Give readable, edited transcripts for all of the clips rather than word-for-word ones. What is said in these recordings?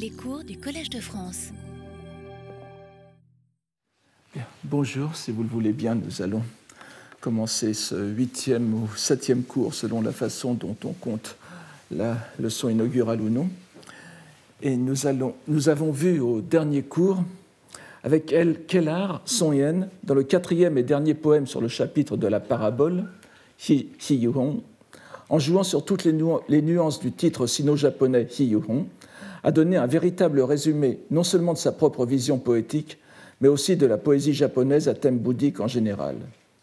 Les cours du Collège de France. Bien, bonjour, si vous le voulez bien, nous allons commencer ce 8e ou 7e cours selon la façon dont on compte la leçon inaugurale ou non. Et nous avons vu au dernier cours avec Kellar Son-yen, dans le 4e et dernier poème sur le chapitre de la parabole, Hi-Yuhon, en jouant sur toutes les nuances du titre sino-japonais Hi-Yuhon, a donné un véritable résumé non seulement de sa propre vision poétique, mais aussi de la poésie japonaise à thème bouddhique en général.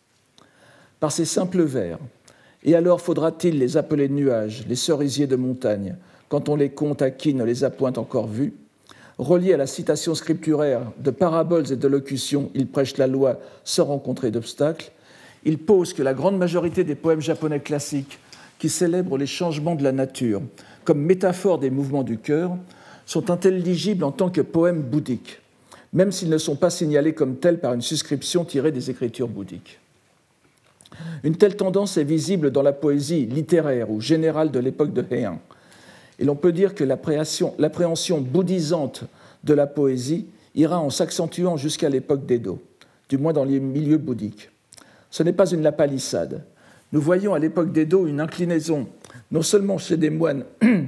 Par ces simples vers, et alors faudra-t-il les appeler nuages, les cerisiers de montagne, quand on les compte à qui ne les a point encore vus, reliés à la citation scripturaire de paraboles et de locutions, il prêche la loi sans rencontrer d'obstacles, il pose que la grande majorité des poèmes japonais classiques qui célèbrent les changements de la nature comme métaphore des mouvements du cœur sont intelligibles en tant que poèmes bouddhiques, même s'ils ne sont pas signalés comme tels par une suscription tirée des écritures bouddhiques. Une telle tendance est visible dans la poésie littéraire ou générale de l'époque de Heian, et l'on peut dire que l'appréhension bouddhisante de la poésie ira en s'accentuant jusqu'à l'époque d'Edo, du moins dans les milieux bouddhiques. Ce n'est pas une lapalissade. Nous voyons à l'époque d'Edo une inclinaison, non seulement chez des moines,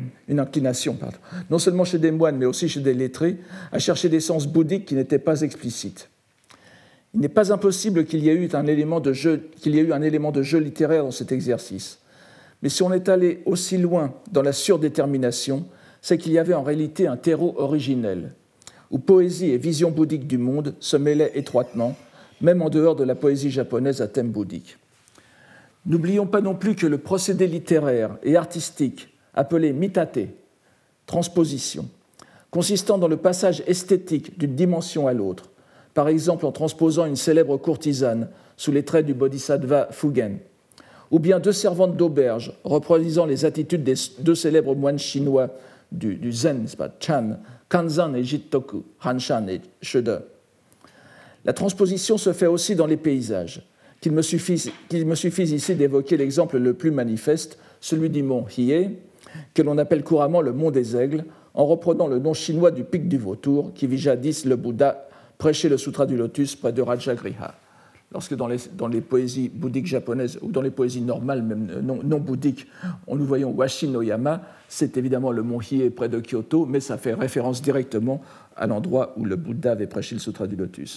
non seulement chez des moines, mais aussi chez des lettrés, à chercher des sens bouddhiques qui n'étaient pas explicites. Il n'est pas impossible qu'il y ait eu un élément de jeu littéraire dans cet exercice. Mais si on est allé aussi loin dans la surdétermination, c'est qu'il y avait en réalité un terreau originel, où poésie et vision bouddhique du monde se mêlaient étroitement, même en dehors de la poésie japonaise à thème bouddhique. N'oublions pas non plus que le procédé littéraire et artistique appelé mitate, transposition, consistant dans le passage esthétique d'une dimension à l'autre, par exemple en transposant une célèbre courtisane sous les traits du bodhisattva Fugen, ou bien deux servantes d'auberge reproduisant les attitudes des deux célèbres moines chinois du Zen, Chan, Kanzan et Jittoku, Hanshan et Shede. La transposition se fait aussi dans les paysages, qu'il me suffise ici d'évoquer l'exemple le plus manifeste, celui du mont Hiei, que l'on appelle couramment le mont des aigles, en reprenant le nom chinois du pic du vautour, qui vit jadis le Bouddha prêcher le Sutra du Lotus près de Rajagriha. Lorsque dans les poésies bouddhiques japonaises, ou dans les poésies normales, même non bouddhiques, nous voyons Washi no Yama, c'est évidemment le mont Hiei près de Kyoto, mais ça fait référence directement à l'endroit où le Bouddha avait prêché le Sutra du Lotus.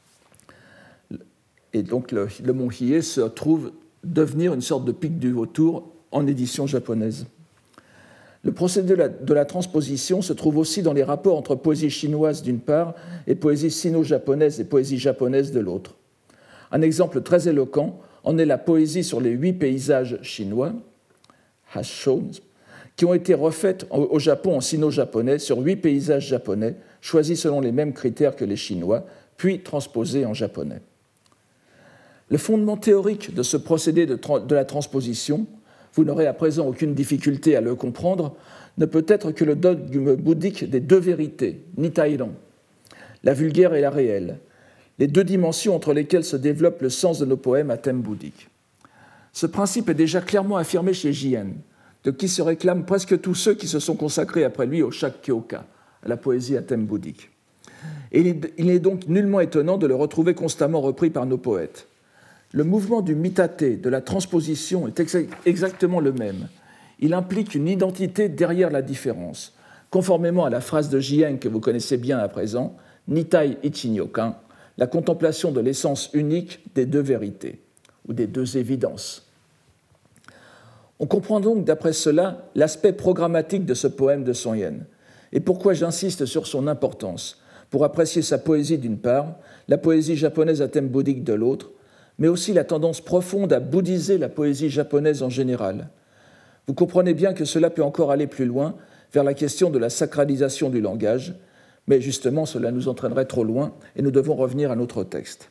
Et donc le mont Hiei se trouve devenir une sorte de pic du vautour en édition japonaise. Le procédé de la transposition se trouve aussi dans les rapports entre poésie chinoise d'une part et poésie sino-japonaise et poésie japonaise de l'autre. Un exemple très éloquent en est la poésie sur les 8 paysages chinois, Hashō, qui ont été refaites au Japon en sino-japonais sur 8 paysages japonais, choisis selon les mêmes critères que les Chinois, puis transposés en japonais. Le fondement théorique de ce procédé de la transposition, vous n'aurez à présent aucune difficulté à le comprendre, ne peut être que le dogme bouddhique des deux vérités, Nitairon, la vulgaire et la réelle, les deux dimensions entre lesquelles se développe le sens de nos poèmes à thème bouddhique. Ce principe est déjà clairement affirmé chez Jien, de qui se réclament presque tous ceux qui se sont consacrés après lui au Shakkyoka, à la poésie à thème bouddhique. Et il n'est donc nullement étonnant de le retrouver constamment repris par nos poètes. Le mouvement du mitate, de la transposition, est exactement le même. Il implique une identité derrière la différence, conformément à la phrase de Jien que vous connaissez bien à présent, Nitai Ichinyokan, la contemplation de l'essence unique des deux vérités, ou des deux évidences. On comprend donc d'après cela l'aspect programmatique de ce poème de Son-yen, et pourquoi j'insiste sur son importance, pour apprécier sa poésie d'une part, la poésie japonaise à thème bouddhique de l'autre, mais aussi la tendance profonde à bouddhiser la poésie japonaise en général. Vous comprenez bien que cela peut encore aller plus loin vers la question de la sacralisation du langage, mais justement cela nous entraînerait trop loin et nous devons revenir à notre texte.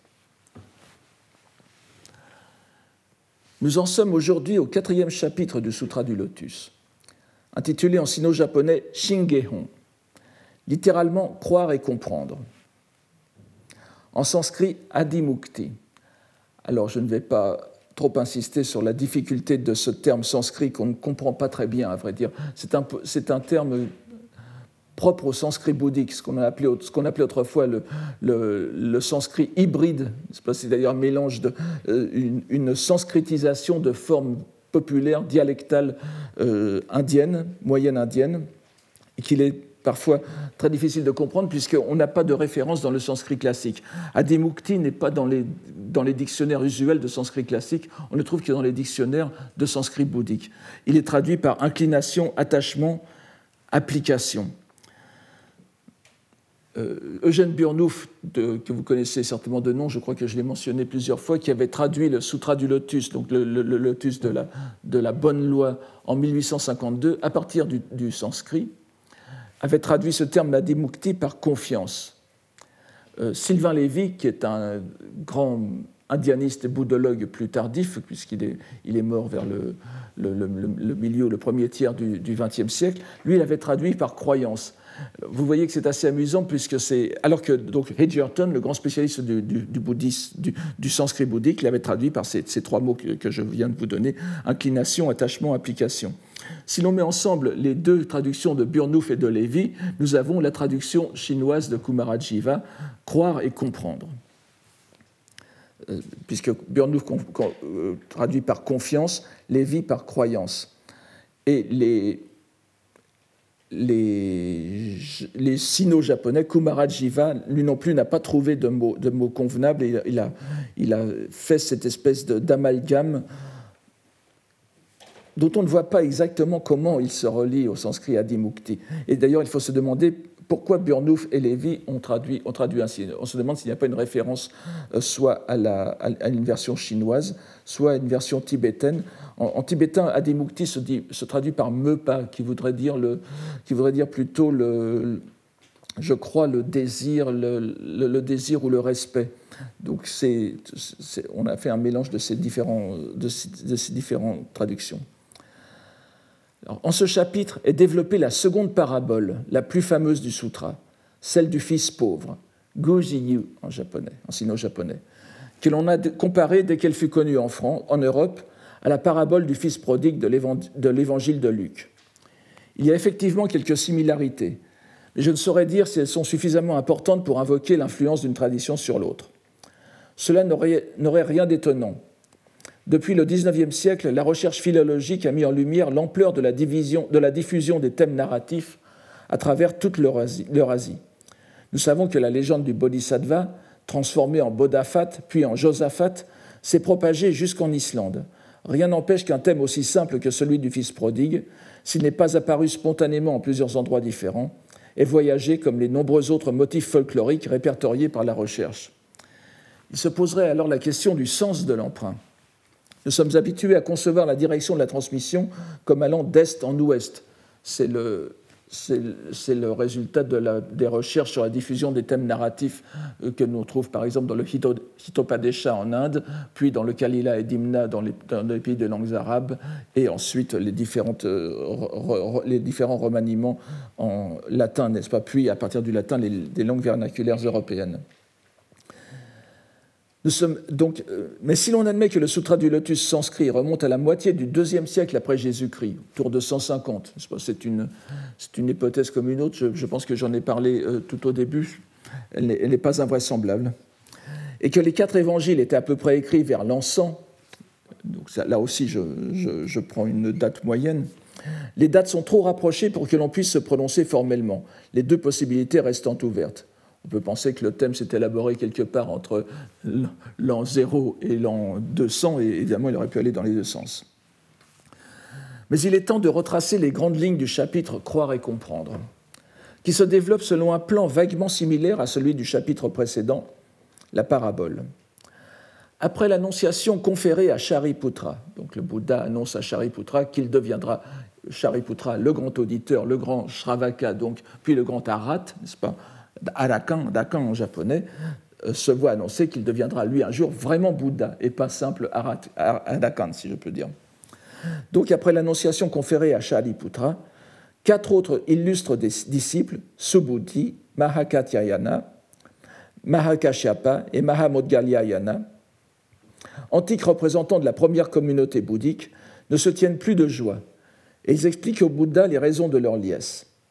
Nous en sommes aujourd'hui au 4e chapitre du Sutra du Lotus, intitulé en sino-japonais Shingehon, littéralement croire et comprendre. En sanskrit, Adimukti. Alors, je ne vais pas trop insister sur la difficulté de ce terme sanskrit qu'on ne comprend pas très bien, à vrai dire. C'est un terme propre au sanskrit bouddhique, ce qu'on appelait autrefois le sanskrit hybride, c'est d'ailleurs un mélange une sanskritisation de formes populaires, dialectales indiennes, moyennes indiennes, et qu'il est parfois très difficile de comprendre puisqu'on n'a pas de référence dans le sanskrit classique. Adimukti n'est pas dans les dictionnaires usuels de sanskrit classique, on ne trouve que dans les dictionnaires de sanskrit bouddhique. Il est traduit par inclination, attachement, application. Eugène Burnouf, que vous connaissez certainement de nom, je crois que je l'ai mentionné plusieurs fois, qui avait traduit le Sutra du Lotus, donc le Lotus de la bonne loi en 1852, à partir du sanskrit, avait traduit ce terme d'adimukti par confiance. Sylvain Lévy, qui est un grand indianiste et bouddhologue plus tardif, puisqu'il est mort vers le milieu, le premier tiers du XXe siècle, lui, il avait traduit par croyance. Vous voyez que c'est assez amusant, puisque alors que donc, Edgerton, le grand spécialiste du bouddhisme, du sanskrit bouddhique, l'avait traduit par ces trois mots que je viens de vous donner, inclination, attachement, application. Si l'on met ensemble les deux traductions de Burnouf et de Lévy, nous avons la traduction chinoise de Kumarajiva, croire et comprendre. Puisque Burnouf traduit par confiance, Lévy par croyance. Et les sino-japonais, Kumarajiva, lui non plus n'a pas trouvé de mots convenables, et il a fait cette espèce d'amalgame dont on ne voit pas exactement comment il se relie au sanskrit adimukti. Et d'ailleurs, il faut se demander pourquoi Burnouf et Lévy ont traduit ainsi. On se demande s'il n'y a pas une référence soit à une version chinoise, soit à une version tibétaine. En tibétain, adimukti se traduit par mepa, qui voudrait dire plutôt je crois, le désir, le désir ou le respect. Donc on a fait un mélange de ces différentes traductions. Alors, en ce chapitre est développée la seconde parabole, la plus fameuse du sutra, celle du fils pauvre, Gojiyu en japonais, en sino-japonais, que l'on a comparée dès qu'elle fut connue en Europe à la parabole du fils prodigue de l'évangile de Luc. Il y a effectivement quelques similarités, mais je ne saurais dire si elles sont suffisamment importantes pour invoquer l'influence d'une tradition sur l'autre. Cela n'aurait rien d'étonnant. Depuis le XIXe siècle, la recherche philologique a mis en lumière l'ampleur de la diffusion des thèmes narratifs à travers toute l'Eurasie. Nous savons que la légende du Bodhisattva, transformée en Bodhafat puis en Josaphat, s'est propagée jusqu'en Islande. Rien n'empêche qu'un thème aussi simple que celui du fils prodigue, s'il n'est pas apparu spontanément en plusieurs endroits différents, ait voyagé comme les nombreux autres motifs folkloriques répertoriés par la recherche. Il se poserait alors la question du sens de l'emprunt. Nous sommes habitués à concevoir la direction de la transmission comme allant d'est en ouest. C'est le résultat des recherches sur la diffusion des thèmes narratifs que l'on trouve par exemple dans le Hitopadesha en Inde, puis dans le Kalila et Dimna dans les pays de langues arabes, et ensuite les différents remaniements en latin, n'est-ce pas, puis à partir du latin des langues vernaculaires européennes. Mais si l'on admet que le Sutra du Lotus sanskrit remonte à la moitié du IIe siècle après Jésus-Christ, autour de 150, c'est une hypothèse comme une autre, je pense que j'en ai parlé tout au début, elle n'est pas invraisemblable, et que les 4 évangiles étaient à peu près écrits vers l'an 100, donc là aussi je prends une date moyenne, les dates sont trop rapprochées pour que l'on puisse se prononcer formellement, les 2 possibilités restant ouvertes. On peut penser que le thème s'est élaboré quelque part entre l'an 0 et l'an 200, et évidemment, il aurait pu aller dans les 2 sens. Mais il est temps de retracer les grandes lignes du chapitre « Croire et comprendre », qui se développe selon un plan vaguement similaire à celui du chapitre précédent, la parabole. Après l'annonciation conférée à Shariputra, donc le Bouddha annonce à Shariputra qu'il deviendra Shariputra, le grand auditeur, le grand Shravaka, donc, puis le grand Arat, n'est-ce pas, Dakan en japonais, se voit annoncer qu'il deviendra lui un jour vraiment Bouddha et pas simple Dakan, si je peux dire. Donc après l'annonciation conférée à Shariputra, 4 autres illustres disciples, Subhuti, Mahakatyayana, Mahakashyapa et Mahamodgalyayana, antiques représentants de la première communauté bouddhique, ne se tiennent plus de joie et ils expliquent au Bouddha les raisons de leur liesse.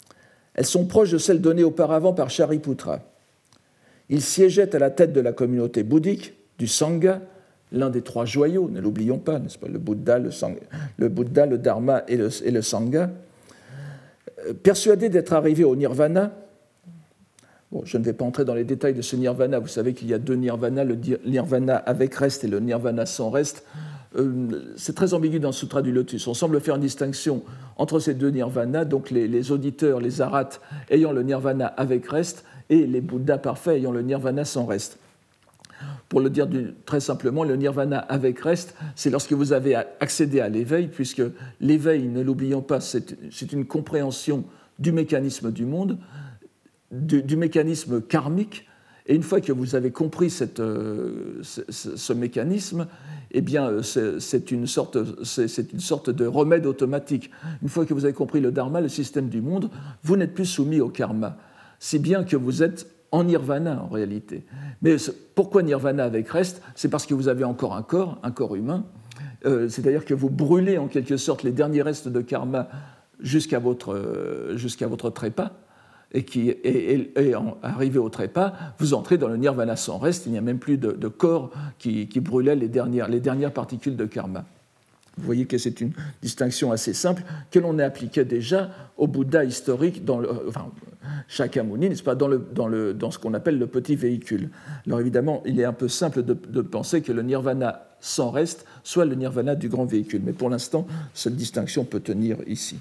Elles sont proches de celles données auparavant par Shariputra. Il siégeait à la tête de la communauté bouddhique, du Sangha, l'un des trois joyaux, ne l'oublions pas, n'est-ce pas, le Bouddha, le Dharma et le Sangha, persuadé d'être arrivé au nirvana. Bon, je ne vais pas entrer dans les détails de ce nirvana, vous savez qu'il y a deux nirvanas, le nirvana avec reste et le nirvana sans reste. C'est très ambigu dans le Sutra du Lotus. On semble faire une distinction entre ces deux nirvanas, donc les auditeurs, les arhats ayant le nirvana avec reste et les Bouddhas parfaits ayant le nirvana sans reste. Pour le dire très simplement, le nirvana avec reste, c'est lorsque vous avez accédé à l'éveil, puisque l'éveil, ne l'oublions pas, c'est une compréhension du mécanisme du monde, du mécanisme karmique, et une fois que vous avez compris ce mécanisme, eh bien, c'est une sorte de remède automatique. Une fois que vous avez compris le dharma, le système du monde, vous n'êtes plus soumis au karma, si bien que vous êtes en nirvana en réalité. Mais pourquoi nirvana avec reste? C'est parce que vous avez encore un corps humain, c'est-à-dire que vous brûlez en quelque sorte les derniers restes de karma jusqu'à votre trépas, et arrivé au trépas, vous entrez dans le nirvana sans reste, il n'y a même plus de corps qui brûlait les dernières particules de karma. Vous voyez que c'est une distinction assez simple que l'on a appliquée déjà au Bouddha historique, Shakyamuni, n'est-ce pas, dans ce qu'on appelle le petit véhicule. Alors évidemment, il est un peu simple de penser que le nirvana sans reste soit le nirvana du grand véhicule, mais pour l'instant, cette distinction peut tenir ici.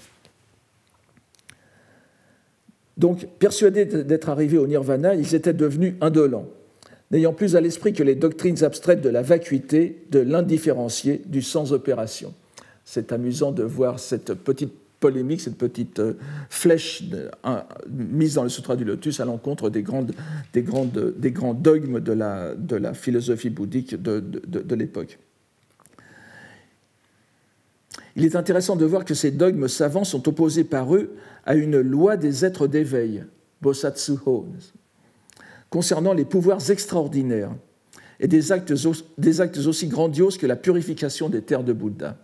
Donc, persuadés d'être arrivés au nirvana, ils étaient devenus indolents, n'ayant plus à l'esprit que les doctrines abstraites de la vacuité, de l'indifférencié, du sans-opération. C'est amusant de voir cette petite polémique, cette petite flèche mise dans le Sutra du Lotus à l'encontre des grands dogmes de la philosophie bouddhique de l'époque. Il est intéressant de voir que ces dogmes savants sont opposés par eux à une loi des êtres d'éveil, Bosatsuho, concernant les pouvoirs extraordinaires et des actes aussi grandioses que la purification des terres de Bouddha.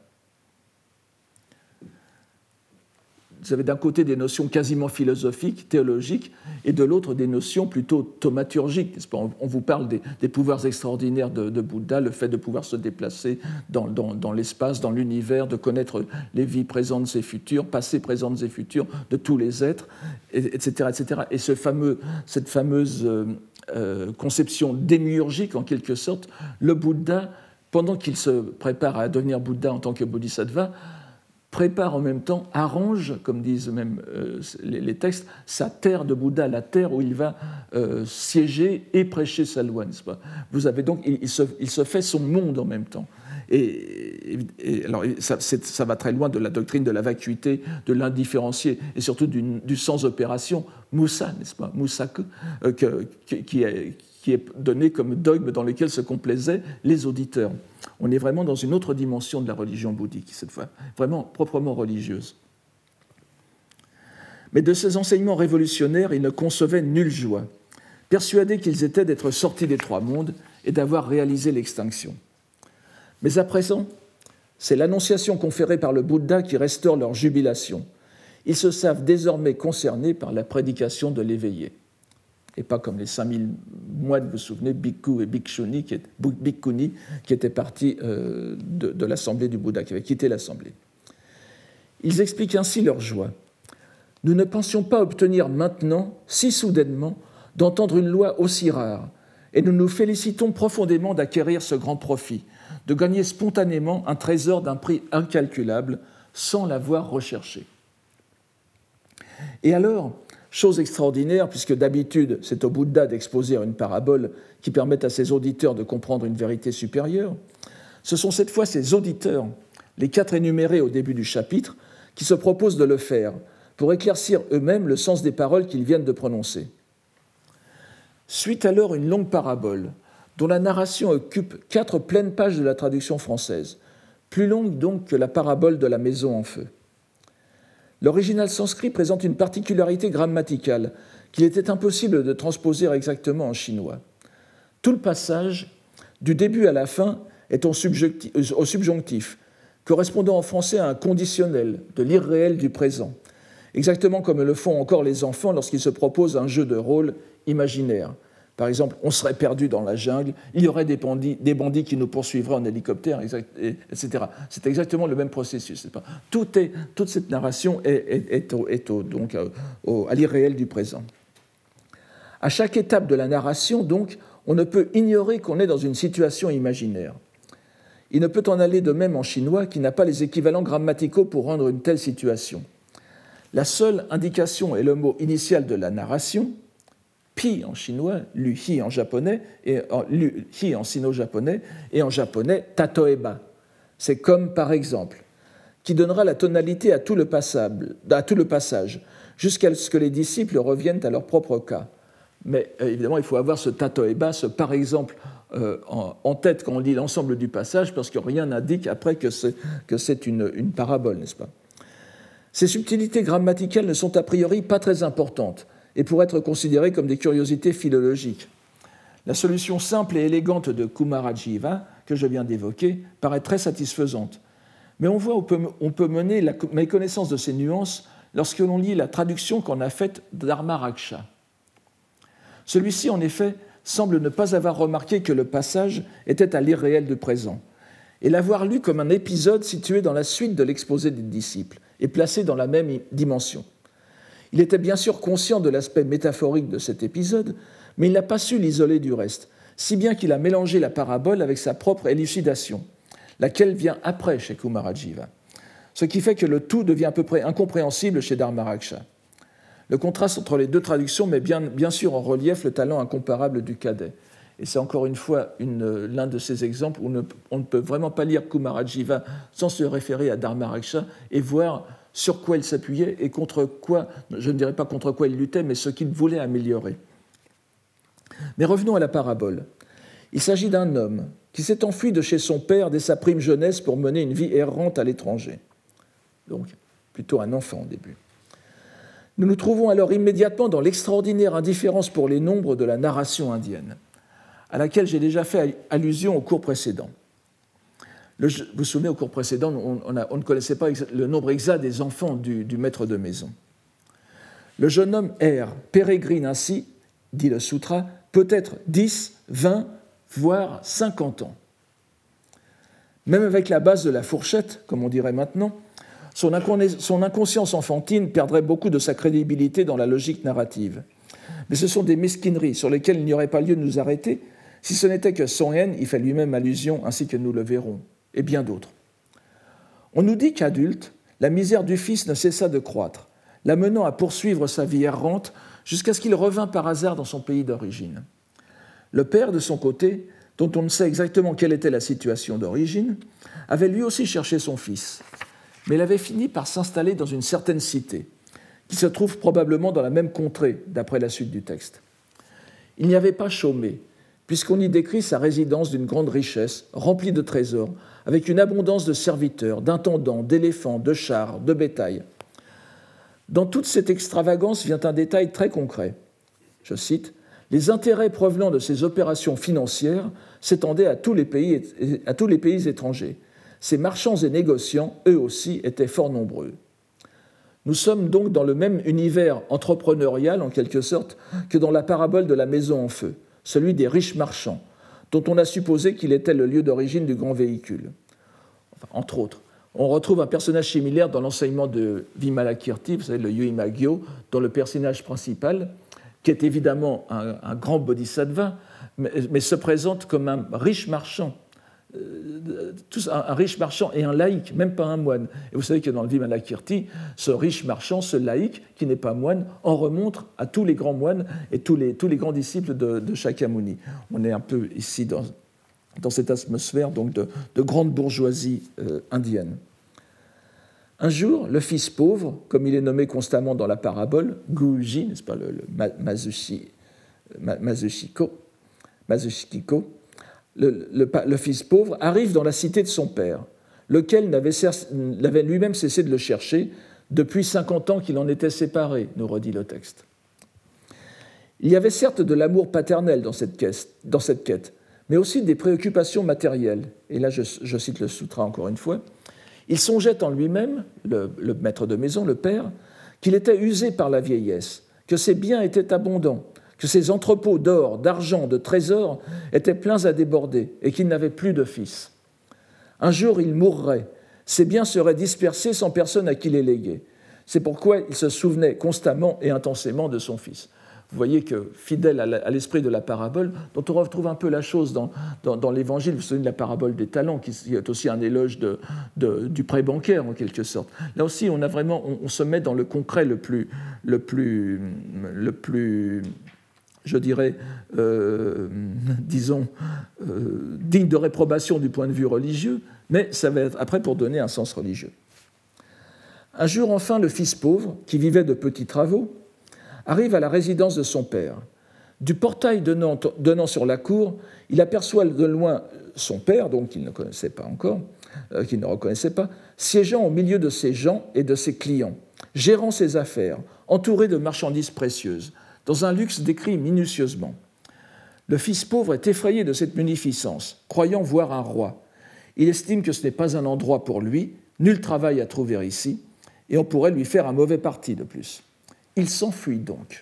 Vous avez d'un côté des notions quasiment philosophiques, théologiques, et de l'autre des notions plutôt thaumaturgiques. On vous parle des pouvoirs extraordinaires de Bouddha, le fait de pouvoir se déplacer dans l'espace, dans l'univers, de connaître les vies présentes et futures, passées, présentes et futures de tous les êtres, etc. etc. Et cette fameuse conception démiurgique, en quelque sorte, le Bouddha, pendant qu'il se prépare à devenir Bouddha en tant que bodhisattva, prépare en même temps, arrange, comme disent même les textes, sa terre de Bouddha, la terre où il va siéger et prêcher sa loi, n'est-ce pas ? Vous avez donc, il se fait son monde en même temps. Et alors, ça va très loin de la doctrine de la vacuité, de l'indifférencié, et surtout du sans-opération, Musa, n'est-ce pas ? Musaku, qui est donné comme dogme dans lequel se complaisaient les auditeurs. On est vraiment dans une autre dimension de la religion bouddhique, cette fois, vraiment proprement religieuse. Mais de ces enseignements révolutionnaires, ils ne concevaient nulle joie, persuadés qu'ils étaient d'être sortis des trois mondes et d'avoir réalisé l'extinction. Mais à présent, c'est l'annonciation conférée par le Bouddha qui restaure leur jubilation. Ils se savent désormais concernés par la prédication de l'éveillé. Et pas comme les 5000 moines, vous vous souvenez, bhikkhu et bhikkhuni, qui étaient partis de l'assemblée du Bouddha, qui avaient quitté l'assemblée. Ils expliquent ainsi leur joie. Nous ne pensions pas obtenir maintenant, si soudainement, d'entendre une loi aussi rare, et nous nous félicitons profondément d'acquérir ce grand profit, de gagner spontanément un trésor d'un prix incalculable, sans l'avoir recherché. Et alors, chose extraordinaire, puisque d'habitude, c'est au Bouddha d'exposer une parabole qui permette à ses auditeurs de comprendre une vérité supérieure, ce sont cette fois ses auditeurs, les 4 énumérés au début du chapitre, qui se proposent de le faire, pour éclaircir eux-mêmes le sens des paroles qu'ils viennent de prononcer. Suit alors une longue parabole, dont la narration occupe 4 pleines pages de la traduction française, plus longue donc que la parabole de la maison en feu. L'original sanskrit présente une particularité grammaticale qu'il était impossible de transposer exactement en chinois. Tout le passage, du début à la fin, est au subjonctif, correspondant en français à un conditionnel de l'irréel du présent, exactement comme le font encore les enfants lorsqu'ils se proposent un jeu de rôle imaginaire. Par exemple, on serait perdu dans la jungle, il y aurait des bandits qui nous poursuivraient en hélicoptère, etc. C'est exactement le même processus. C'est pas toute cette narration est donc à l'irréel du présent. À chaque étape de la narration, donc, on ne peut ignorer qu'on est dans une situation imaginaire. Il ne peut en aller de même en chinois qui n'a pas les équivalents grammaticaux pour rendre une telle situation. La seule indication est le mot initial de la narration, pi en chinois, lu hi en japonais, et lu hi en sino-japonais, et en japonais, tatoeba. C'est comme par exemple, qui donnera la tonalité à tout le passage, jusqu'à ce que les disciples reviennent à leur propre cas. Mais évidemment, il faut avoir ce tatoeba, ce par exemple, en tête quand on lit l'ensemble du passage, parce que rien n'indique après que c'est une parabole, n'est-ce pas ? Ces subtilités grammaticales ne sont a priori pas très importantes et pourraient être considérées comme des curiosités philologiques. La solution simple et élégante de Kumarajiva, que je viens d'évoquer, paraît très satisfaisante. Mais on voit où on peut mener la méconnaissance de ces nuances lorsque l'on lit la traduction qu'en a faite Dharmaraksha. Celui-ci, en effet, semble ne pas avoir remarqué que le passage était à l'irréel du présent, et l'avoir lu comme un épisode situé dans la suite de l'exposé des disciples et placé dans la même dimension. Il était bien sûr conscient de l'aspect métaphorique de cet épisode, mais il n'a pas su l'isoler du reste, si bien qu'il a mélangé la parabole avec sa propre élucidation, laquelle vient après chez Kumarajiva, ce qui fait que le tout devient à peu près incompréhensible chez Dharmaraksha. Le contraste entre les deux traductions met bien sûr en relief le talent incomparable du cadet. Et c'est encore une fois l'un de ces exemples où on ne peut vraiment pas lire Kumarajiva sans se référer à Dharmaraksha et voir sur quoi il s'appuyait et contre quoi, je ne dirais pas contre quoi il luttait, mais ce qu'il voulait améliorer. Mais revenons à la parabole. Il s'agit d'un homme qui s'est enfui de chez son père dès sa prime jeunesse pour mener une vie errante à l'étranger. Donc, plutôt un enfant au début. Nous nous trouvons alors immédiatement dans l'extraordinaire indifférence pour les nombres de la narration indienne, à laquelle j'ai déjà fait allusion au cours précédent. Vous vous souvenez, au cours précédent, on ne connaissait pas le nombre exact des enfants du maître de maison. Le jeune homme erre, pérégrine ainsi, dit le sutra, peut-être 10, 20, voire 50 ans. Même avec la base de la fourchette, comme on dirait maintenant, son inconscience enfantine perdrait beaucoup de sa crédibilité dans la logique narrative. Mais ce sont des mesquineries sur lesquelles il n'y aurait pas lieu de nous arrêter, si ce n'était que Song Hen y fait lui-même allusion, ainsi que nous le verrons, et bien d'autres. On nous dit qu'adulte, la misère du fils ne cessa de croître, l'amenant à poursuivre sa vie errante jusqu'à ce qu'il revînt par hasard dans son pays d'origine. Le père, de son côté, dont on ne sait exactement quelle était la situation d'origine, avait lui aussi cherché son fils, mais il avait fini par s'installer dans une certaine cité, qui se trouve probablement dans la même contrée, d'après la suite du texte. Il n'y avait pas chômé, puisqu'on y décrit sa résidence d'une grande richesse, remplie de trésors, avec une abondance de serviteurs, d'intendants, d'éléphants, de chars, de bétail. Dans toute cette extravagance vient un détail très concret. Je cite, « Les intérêts provenant de ces opérations financières s'étendaient à tous les pays étrangers. Ces marchands et négociants, eux aussi, étaient fort nombreux. » Nous sommes donc dans le même univers entrepreneurial, en quelque sorte, que dans la parabole de la maison en feu, celui des riches marchands, dont on a supposé qu'il était le lieu d'origine du grand véhicule. Enfin, entre autres, on retrouve un personnage similaire dans l'enseignement de Vimalakirti, vous savez, le Yuimagyo, dont le personnage principal, qui est évidemment un grand bodhisattva, mais se présente comme un riche marchand, un riche marchand et un laïc, même pas un moine. Et vous savez que dans le Vimalakirti, ce riche marchand, ce laïc, qui n'est pas moine, en remonte à tous les grands moines et tous les grands disciples de Shakyamuni. On est un peu ici dans cette atmosphère donc de grande bourgeoisie indienne. Un jour, le fils pauvre, comme il est nommé constamment dans la parabole, Guji, n'est-ce pas, le Masushiko, le fils pauvre arrive dans la cité de son père, lequel l'avait lui-même cessé de le chercher depuis 50 ans qu'il en était séparé, nous redit le texte. Il y avait certes de l'amour paternel dans cette quête, mais aussi des préoccupations matérielles. Et là, je cite le sutra encore une fois. Il songeait en lui-même, le maître de maison, le père, qu'il était usé par la vieillesse, que ses biens étaient abondants, que ses entrepôts d'or, d'argent, de trésors étaient pleins à déborder et qu'il n'avait plus de fils. Un jour, il mourrait, ses biens seraient dispersés sans personne à qui les léguer. C'est pourquoi il se souvenait constamment et intensément de son fils. Vous voyez que, fidèle à l'esprit de la parabole, dont on retrouve un peu la chose dans l'Évangile, vous vous souvenez de la parabole des talents, qui est aussi un éloge du prêt bancaire, en quelque sorte. Là aussi, on se met dans le concret le plus je dirais, digne de réprobation du point de vue religieux, mais ça va être après pour donner un sens religieux. Un jour, enfin, le fils pauvre, qui vivait de petits travaux, arrive à la résidence de son père. Du portail donnant sur la cour, il aperçoit de loin son père, donc qu'il ne connaissait pas encore, qu'il ne reconnaissait pas, siégeant au milieu de ses gens et de ses clients, gérant ses affaires, entouré de marchandises précieuses, dans un luxe décrit minutieusement. Le fils pauvre est effrayé de cette munificence, croyant voir un roi. Il estime que ce n'est pas un endroit pour lui, nul travail à trouver ici, et on pourrait lui faire un mauvais parti de plus. Il s'enfuit donc.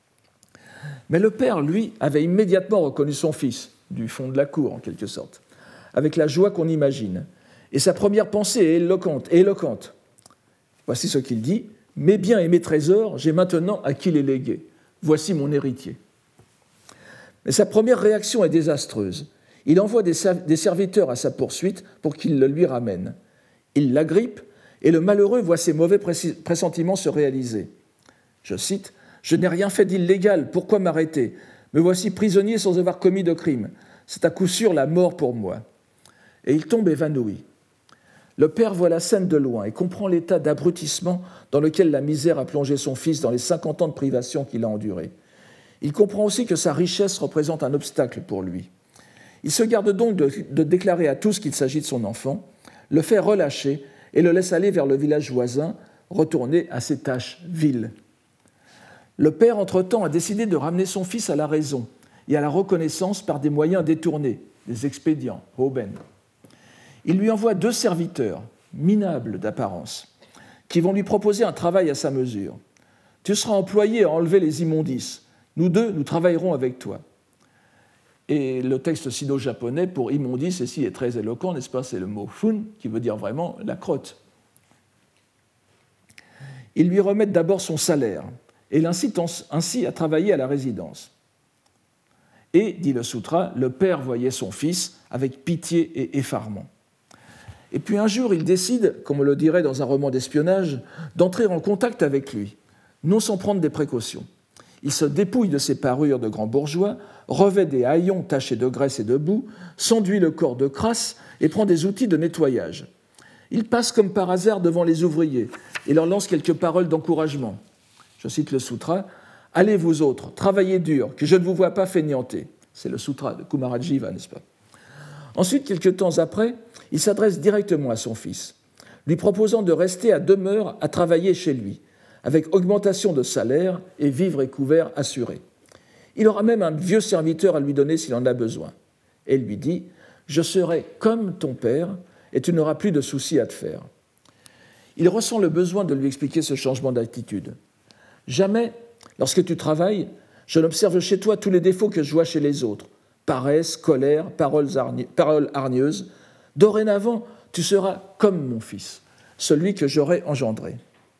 Mais le père, lui, avait immédiatement reconnu son fils, du fond de la cour en quelque sorte, avec la joie qu'on imagine. Et sa première pensée est éloquente. Voici ce qu'il dit : « Mes biens et mes trésors, j'ai maintenant à qui les léguer. Voici mon héritier. » Mais sa première réaction est désastreuse. Il envoie des serviteurs à sa poursuite pour qu'ils le lui ramènent. Il l'agrippe et le malheureux voit ses mauvais pressentiments se réaliser. Je cite : « Je n'ai rien fait d'illégal, pourquoi m'arrêter ? Me voici prisonnier sans avoir commis de crime. C'est à coup sûr la mort pour moi. » Et il tombe évanoui. Le père voit la scène de loin et comprend l'état d'abrutissement dans lequel la misère a plongé son fils dans les 50 ans de privation qu'il a endurés. Il comprend aussi que sa richesse représente un obstacle pour lui. Il se garde donc de déclarer à tous qu'il s'agit de son enfant, le fait relâcher et le laisse aller vers le village voisin, retourner à ses tâches viles. Le père, entre-temps, a décidé de ramener son fils à la raison et à la reconnaissance par des moyens détournés, des expédients, Hoben. Il lui envoie 2 serviteurs, minables d'apparence, qui vont lui proposer un travail à sa mesure. « Tu seras employé à enlever les immondices. Nous 2, nous travaillerons avec toi. » Et le texte sino-japonais pour immondice ici est très éloquent, n'est-ce pas ? C'est le mot fun, qui veut dire vraiment la crotte. Ils lui remettent d'abord son salaire et l'incitent ainsi à travailler à la résidence. Et, dit le sutra, le père voyait son fils avec pitié et effarement. Et puis un jour, il décide, comme on le dirait dans un roman d'espionnage, d'entrer en contact avec lui, non sans prendre des précautions. Il se dépouille de ses parures de grand bourgeois, revêt des haillons tachés de graisse et de boue, s'enduit le corps de crasse et prend des outils de nettoyage. Il passe comme par hasard devant les ouvriers et leur lance quelques paroles d'encouragement. Je cite le sutra : « Allez vous autres, travaillez dur, que je ne vous vois pas fainéanter. » C'est le sutra de Kumarajiva, n'est-ce pas ? Ensuite, quelques temps après, il s'adresse directement à son fils, lui proposant de rester à demeure à travailler chez lui, avec augmentation de salaire et vivres et couverts assurés. Il aura même un vieux serviteur à lui donner s'il en a besoin. Et il lui dit : « Je serai comme ton père et tu n'auras plus de soucis à te faire. » Il ressent le besoin de lui expliquer ce changement d'attitude. « Jamais, lorsque tu travailles, je n'observe chez toi tous les défauts que je vois chez les autres. Paresse, colère, paroles hargneuses. Dorénavant, tu seras comme mon fils, celui que j'aurai engendré. »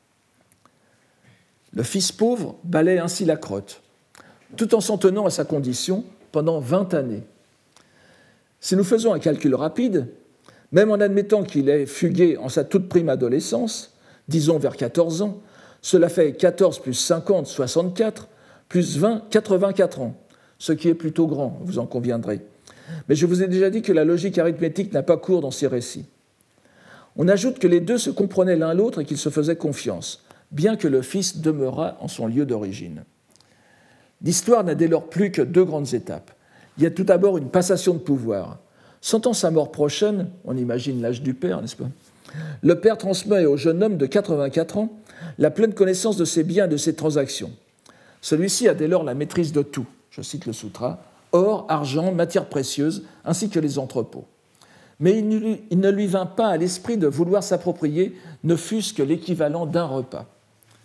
Le fils pauvre balaie ainsi la crotte, tout en s'en tenant à sa condition pendant 20 années. Si nous faisons un calcul rapide, même en admettant qu'il ait fugué en sa toute prime adolescence, disons vers 14 ans, cela fait 14 plus 50, 64, plus 20, 84 ans, ce qui est plutôt grand, vous en conviendrez. Mais je vous ai déjà dit que la logique arithmétique n'a pas cours dans ces récits. On ajoute que les 2 se comprenaient l'un l'autre et qu'ils se faisaient confiance, bien que le fils demeurât en son lieu d'origine. L'histoire n'a dès lors plus que 2 grandes étapes. Il y a tout d'abord une passation de pouvoir. Sentant sa mort prochaine, on imagine l'âge du père, n'est-ce pas ? Le père transmet au jeune homme de 84 ans la pleine connaissance de ses biens et de ses transactions. Celui-ci a dès lors la maîtrise de tout, je cite le sutra, or, argent, matières précieuses, ainsi que les entrepôts. Mais il ne lui vint pas à l'esprit de vouloir s'approprier ne fût-ce que l'équivalent d'un repas.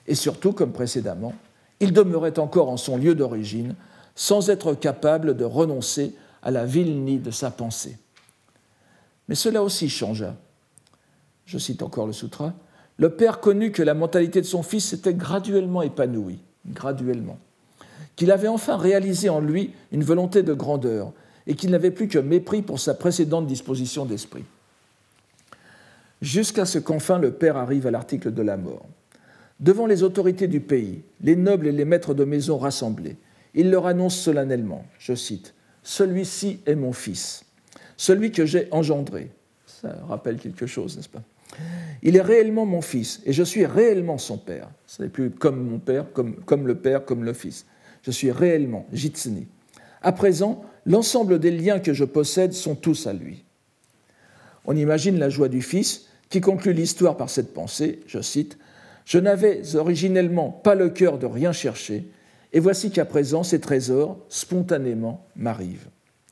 Et surtout, comme précédemment, il demeurait encore en son lieu d'origine, sans être capable de renoncer à la vilenie de sa pensée. Mais cela aussi changea. Je cite encore le sutra. Le père connut que la mentalité de son fils s'était graduellement épanouie, qu'il avait enfin réalisé en lui une volonté de grandeur et qu'il n'avait plus que mépris pour sa précédente disposition d'esprit. Jusqu'à ce qu'enfin le père arrive à l'article de la mort. Devant les autorités du pays, les nobles et les maîtres de maison rassemblés, il leur annonce solennellement, je cite, « Celui-ci est mon fils, celui que j'ai engendré. » Ça rappelle quelque chose, n'est-ce pas ? Il est réellement mon fils et je suis réellement son père. Ce n'est plus comme mon père, comme le père, comme le fils. Je suis réellement, jitsuni. À présent, l'ensemble des liens que je possède sont tous à lui. On imagine la joie du fils qui conclut l'histoire par cette pensée, je cite, « Je n'avais originellement pas le cœur de rien chercher, et voici qu'à présent ces trésors, spontanément, m'arrivent. »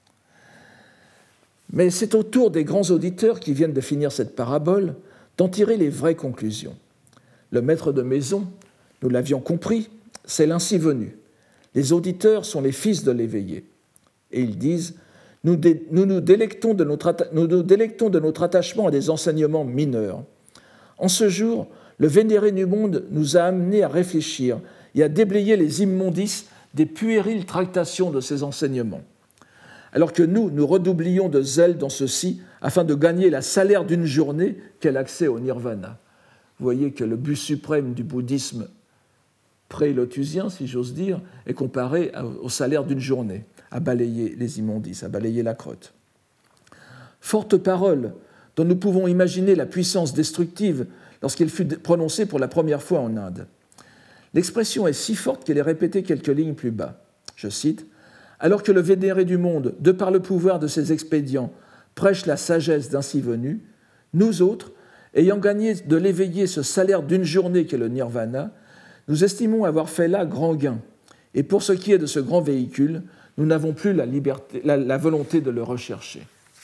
Mais c'est au tour des grands auditeurs qui viennent de finir cette parabole d'en tirer les vraies conclusions. Le maître de maison, nous l'avions compris, c'est l'ainsi venu. Les auditeurs sont les fils de l'éveillé. Et ils disent, nous nous délectons de notre attachement à des enseignements mineurs. En ce jour, le vénéré du monde nous a amenés à réfléchir et à déblayer les immondices des puériles tractations de ces enseignements. Alors que nous redoublions de zèle dans ceci afin de gagner la salaire d'une journée qu'est l'accès au nirvana. Vous voyez que le but suprême du bouddhisme pré-lotusien, si j'ose dire, est comparé au salaire d'une journée, à balayer les immondices, à balayer la crotte. Forte parole dont nous pouvons imaginer la puissance destructive lorsqu'elle fut prononcée pour la première fois en Inde. L'expression est si forte qu'elle est répétée quelques lignes plus bas. Je cite, « Alors que le vénéré du monde, de par le pouvoir de ses expédients, prêche la sagesse d'ainsi venu, nous autres, ayant gagné de l'éveiller ce salaire d'une journée qu'est le nirvana, nous estimons avoir fait là grand gain. Et pour ce qui est de ce grand véhicule, nous n'avons plus la volonté de le rechercher. »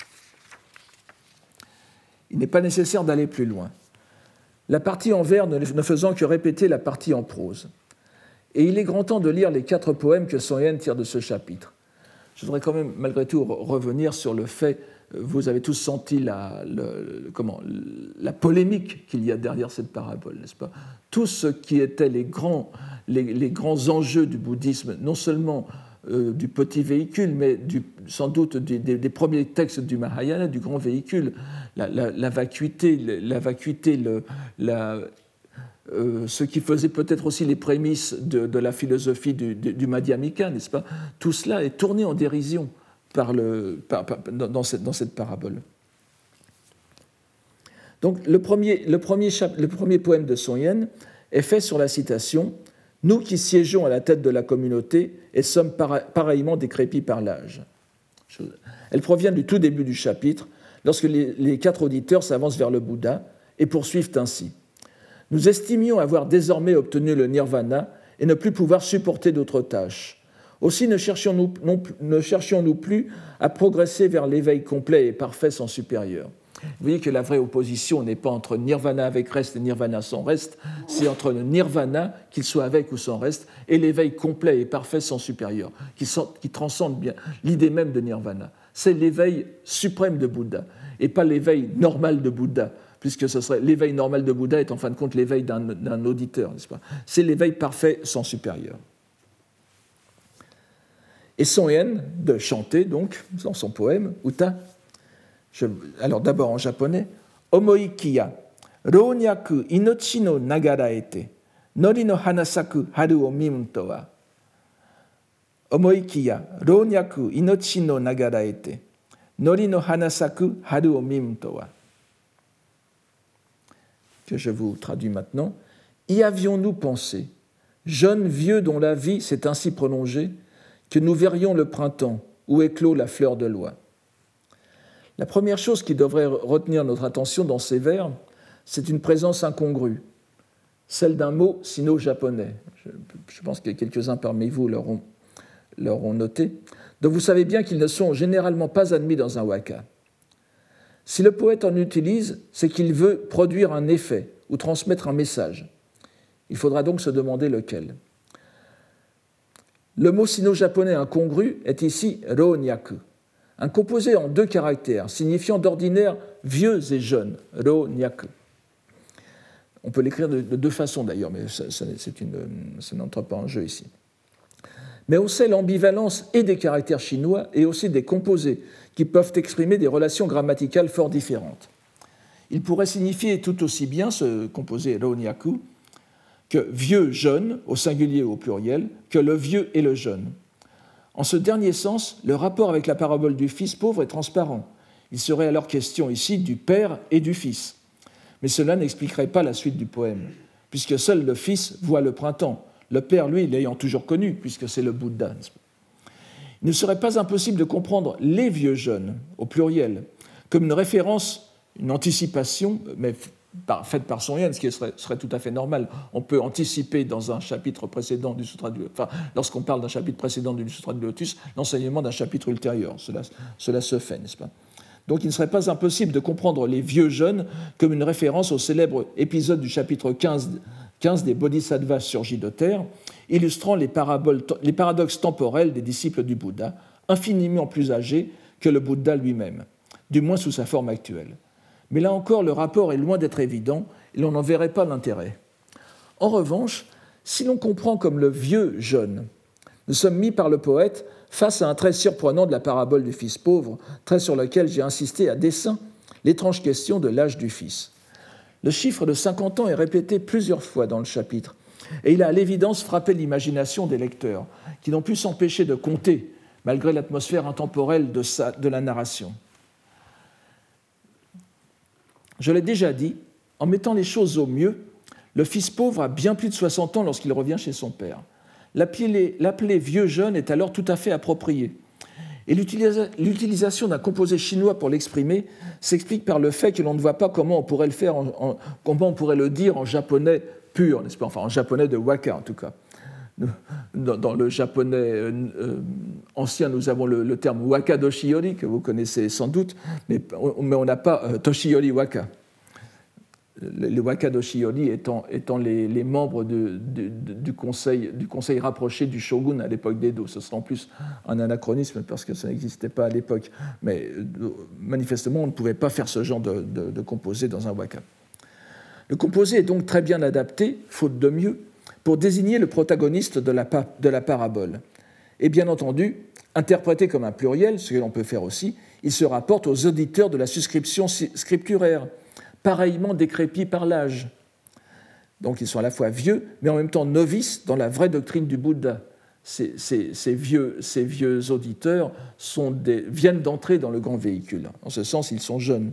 Il n'est pas nécessaire d'aller plus loin. La partie en vers ne faisant que répéter la partie en prose. Et il est grand temps de lire les 4 poèmes que Son Yen tire de ce chapitre. Je voudrais quand même, malgré tout, revenir sur le fait, vous avez tous senti la polémique qu'il y a derrière cette parabole, n'est-ce pas ? Tout ce qui étaient les grands enjeux du bouddhisme, non seulement du petit véhicule, mais sans doute des premiers textes du Mahayana, du grand véhicule, la vacuité, ce qui faisait peut-être aussi les prémices de la philosophie du Madhyamika, n'est-ce pas ? Tout cela est tourné en dérision dans cette parabole. Donc le premier poème de Son Yen est fait sur la citation « Nous qui siégeons à la tête de la communauté et sommes pareillement décrépits par l'âge ». Elle provient du tout début du chapitre, lorsque les 4 auditeurs s'avancent vers le Bouddha et poursuivent ainsi. Nous estimions avoir désormais obtenu le nirvana et ne plus pouvoir supporter d'autres tâches. Aussi ne cherchions-nous plus à progresser vers l'éveil complet et parfait sans supérieur. Vous voyez que la vraie opposition n'est pas entre nirvana avec reste et nirvana sans reste, c'est entre le nirvana, qu'il soit avec ou sans reste, et l'éveil complet et parfait sans supérieur, qui transcende bien l'idée même de nirvana. C'est l'éveil suprême de Bouddha, et pas l'éveil normal de Bouddha, puisque ce serait l'éveil normal de Bouddha est en fin de compte l'éveil d'un auditeur, n'est-ce pas ? C'est l'éveil parfait sans supérieur. Et Son Yen, de chanter donc, dans son poème, Uta, alors d'abord en japonais, Omoikiya, Rounyaku inochi no nagaraete, Nori no hanasaku haru o mimuto wa. Omoikiya, Rounyaku inochi no nagaraete, Nori no hanasaku haru o mimuto wa. Que je vous traduis maintenant. Y avions-nous pensé, jeunes vieux dont la vie s'est ainsi prolongée, que nous verrions le printemps où éclot la fleur de l'oie. La première chose qui devrait retenir notre attention dans ces vers, c'est une présence incongrue, celle d'un mot sino-japonais. Je pense que quelques-uns parmi vous l'auront noté, dont vous savez bien qu'ils ne sont généralement pas admis dans un waka. Si le poète en utilise, c'est qu'il veut produire un effet ou transmettre un message. Il faudra donc se demander lequel. Le mot sino-japonais incongru est ici ro-nyaku, un composé en 2 caractères, signifiant d'ordinaire vieux et jeune, ro-nyaku. On peut l'écrire de 2 façons d'ailleurs, mais ça n'entre pas en jeu ici. Mais on sait l'ambivalence et des caractères chinois et aussi des composés qui peuvent exprimer des relations grammaticales fort différentes. Il pourrait signifier tout aussi bien, ce composé ro-nyaku, que vieux, jeune, au singulier ou au pluriel, que le vieux et le jeune. En ce dernier sens, le rapport avec la parabole du fils pauvre est transparent. Il serait alors question ici du père et du fils. Mais cela n'expliquerait pas la suite du poème, puisque seul le fils voit le printemps, le père, lui, l'ayant toujours connu, puisque c'est le Bouddha. Il ne serait pas impossible de comprendre les vieux jeunes, au pluriel, comme une référence, une anticipation, mais faite par Son Yen, ce qui serait tout à fait normal. On peut anticiper dans un chapitre précédent du Sutra du Lotus, enfin, lorsqu'on parle d'un chapitre précédent du Sutra du Lotus, l'enseignement d'un chapitre ultérieur. Cela se fait, n'est-ce pas ? Donc il ne serait pas impossible de comprendre les vieux jeunes comme une référence au célèbre épisode du chapitre 15 des Bodhisattvas surgis de terre, illustrant les paradoxes temporels des disciples du Bouddha, infiniment plus âgés que le Bouddha lui-même, du moins sous sa forme actuelle. Mais là encore, le rapport est loin d'être évident et l'on n'en verrait pas l'intérêt. En revanche, si l'on comprend comme le vieux jeune, nous sommes mis par le poète face à un trait surprenant de la parabole du fils pauvre, trait sur lequel j'ai insisté à dessein, l'étrange question de l'âge du fils. Le chiffre de 50 ans est répété plusieurs fois dans le chapitre, et il a à l'évidence frappé l'imagination des lecteurs, qui n'ont pu s'empêcher de compter, malgré l'atmosphère intemporelle de la narration. Je l'ai déjà dit, en mettant les choses au mieux, le fils pauvre a bien plus de 60 ans lorsqu'il revient chez son père. L'appeler vieux jeune est alors tout à fait approprié. Et l'utilisation d'un composé chinois pour l'exprimer s'explique par le fait que l'on ne voit pas comment on pourrait le faire, comment on pourrait le dire en japonais pur, n'est-ce pas ? Enfin, en japonais de waka en tout cas. Dans le japonais ancien, nous avons le terme waka doshiyori, que vous connaissez sans doute, mais on n'a pas toshiyori waka. Les waka doshiyori étant les membres du conseil rapproché du shogun à l'époque d'Edo. Ce serait en plus un anachronisme parce que ça n'existait pas à l'époque. Mais manifestement, on ne pouvait pas faire ce genre de composé dans un waka. Le composé est donc très bien adapté, faute de mieux, pour désigner le protagoniste de la parabole. Et bien entendu, interprété comme un pluriel, ce que l'on peut faire aussi, il se rapporte aux auditeurs de la suscription scripturaire, pareillement décrépits par l'âge. Donc ils sont à la fois vieux, mais en même temps novices dans la vraie doctrine du Bouddha. Ces vieux auditeurs viennent d'entrer dans le grand véhicule. En ce sens, ils sont jeunes.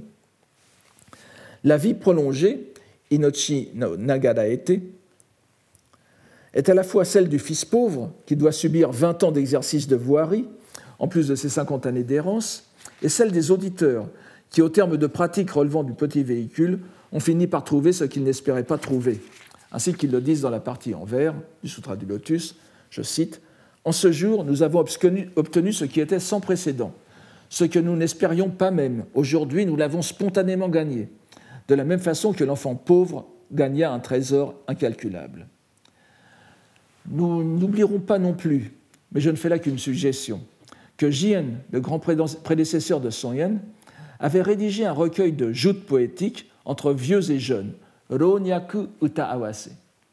La vie prolongée, Inochi no Nagaraete, est à la fois celle du fils pauvre, qui doit subir 20 ans d'exercice de voirie, en plus de ses 50 années d'errance, et celle des auditeurs, qui, au terme de pratiques relevant du petit véhicule, ont fini par trouver ce qu'ils n'espéraient pas trouver. Ainsi qu'ils le disent dans la partie en vers du Sutra du Lotus, je cite, « En ce jour, nous avons obtenu ce qui était sans précédent, ce que nous n'espérions pas même. Aujourd'hui, nous l'avons spontanément gagné, de la même façon que l'enfant pauvre gagna un trésor incalculable. » Nous n'oublierons pas non plus, mais je ne fais là qu'une suggestion, que Jien, le grand prédécesseur de Son Yen, avait rédigé un recueil de joutes poétiques entre vieux et jeunes, Ro-nyaku uta awase.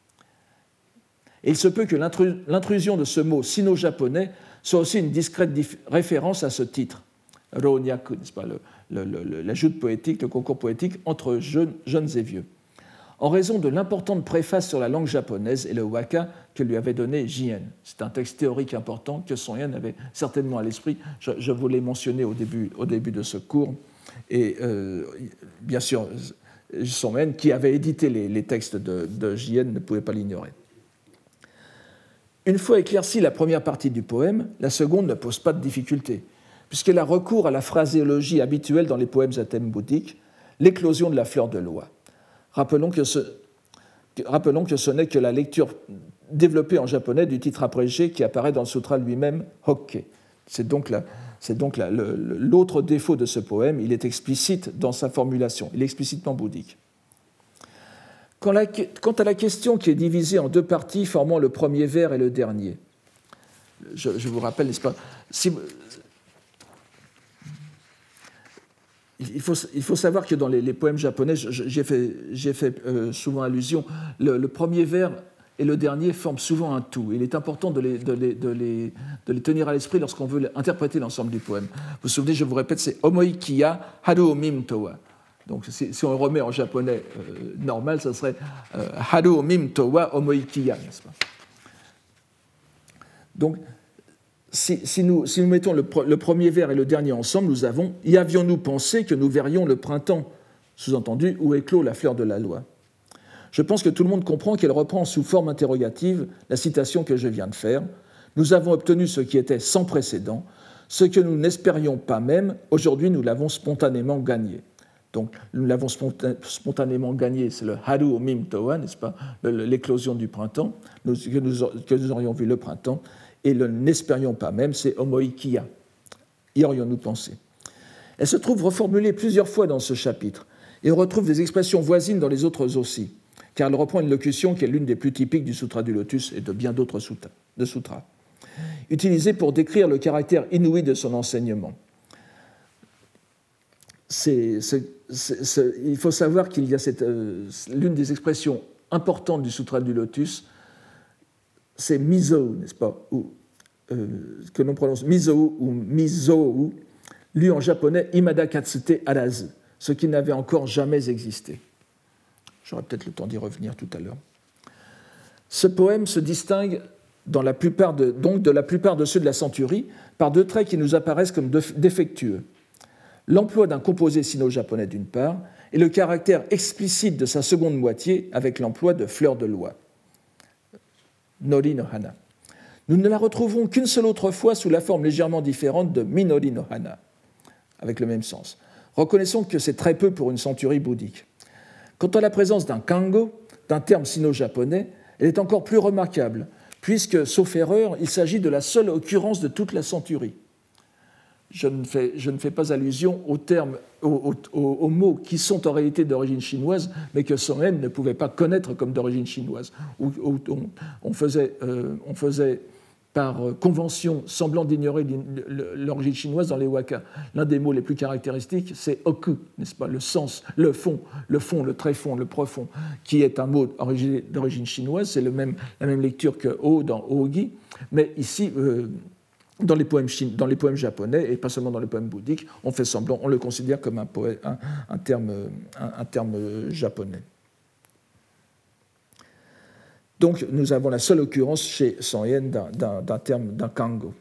Et il se peut que l'intrusion de ce mot sino-japonais soit aussi une discrète référence à ce titre, Ro-nyaku, n'est-ce pas, la joute poétique, le concours poétique entre jeunes et vieux, en raison de l'importante préface sur la langue japonaise et le waka que lui avait donné Jien. C'est un texte théorique important que Son Yen avait certainement à l'esprit. Je vous l'ai mentionné au début de ce cours. Et bien sûr, Son Yen, qui avait édité les textes de Jien, ne pouvait pas l'ignorer. Une fois éclaircie la première partie du poème, la seconde ne pose pas de difficulté, puisqu'elle a recours à la phraséologie habituelle dans les poèmes à thème bouddhique, l'éclosion de la fleur de loi. Rappelons que ce n'est que la lecture développée en japonais du titre abrégé qui apparaît dans le sutra lui-même, Hokke. C'est donc l'autre défaut de ce poème, il est explicite dans sa formulation, il est explicitement bouddhique. Quant à la question qui est divisée en deux parties formant le premier vers et le dernier, je vous rappelle, n'est-ce pas, il faut savoir que dans les poèmes japonais, j'ai fait souvent allusion, le premier vers et le dernier forment souvent un tout. Il est important de les tenir à l'esprit lorsqu'on veut interpréter l'ensemble du poème. Vous vous souvenez, je vous répète, c'est Omoikiya Haru o Mim Towa. Donc si on remet en japonais normal, ça serait Haru o Mim Towa Omoikiya, n'est-ce pas? Donc, si nous mettons le premier vers et le dernier ensemble, nous avons « Y avions-nous pensé que nous verrions le printemps ?» Sous-entendu, où éclot la fleur de la loi. Je pense que tout le monde comprend qu'elle reprend sous forme interrogative la citation que je viens de faire. Nous avons obtenu ce qui était sans précédent, ce que nous n'espérions pas même, aujourd'hui nous l'avons spontanément gagné. Donc nous l'avons spontanément gagné, c'est le Haru o Mim Towa, n'est-ce pas, l'éclosion du printemps, que nous aurions vu le printemps, et le n'espérions pas même, c'est Omoikiya. Y aurions-nous pensé. Elle se trouve reformulée plusieurs fois dans ce chapitre, et on retrouve des expressions voisines dans les autres aussi, car elle reprend une locution qui est l'une des plus typiques du Sutra du Lotus et de bien d'autres sutras, utilisée pour décrire le caractère inouï de son enseignement. Il faut savoir qu'il y a l'une des expressions importantes du Sutra du Lotus, c'est miso, n'est-ce pas, que l'on prononce miso ou mizo, lu en japonais imada katsute arazu, ce qui n'avait encore jamais existé. J'aurai peut-être le temps d'y revenir tout à l'heure. Ce poème se distingue de la plupart de ceux de la centurie par deux traits qui nous apparaissent comme défectueux. L'emploi d'un composé sino-japonais d'une part, et le caractère explicite de sa seconde moitié avec l'emploi de fleurs de loi. Nori no hana. Nous ne la retrouverons qu'une seule autre fois sous la forme légèrement différente de Minori no hana, avec le même sens. Reconnaissons que c'est très peu pour une centurie bouddhique. Quant à la présence d'un kango, d'un terme sino-japonais, elle est encore plus remarquable, puisque, sauf erreur, il s'agit de la seule occurrence de toute la centurie. Je ne fais pas allusion aux mots qui sont en réalité d'origine chinoise, mais que Son En ne pouvait pas connaître comme d'origine chinoise. On faisait par convention semblant d'ignorer l'origine chinoise dans les waka. L'un des mots les plus caractéristiques, c'est oku, n'est-ce pas, le sens, le fond, le tréfond, le profond, qui est un mot d'origine chinoise. C'est la même lecture que o dans oogi, mais ici, dans les poèmes japonais, et pas seulement dans les poèmes bouddhiques, on fait semblant, on le considère comme un terme japonais. Donc, nous avons la seule occurrence chez Son En d'un terme, d'un kango.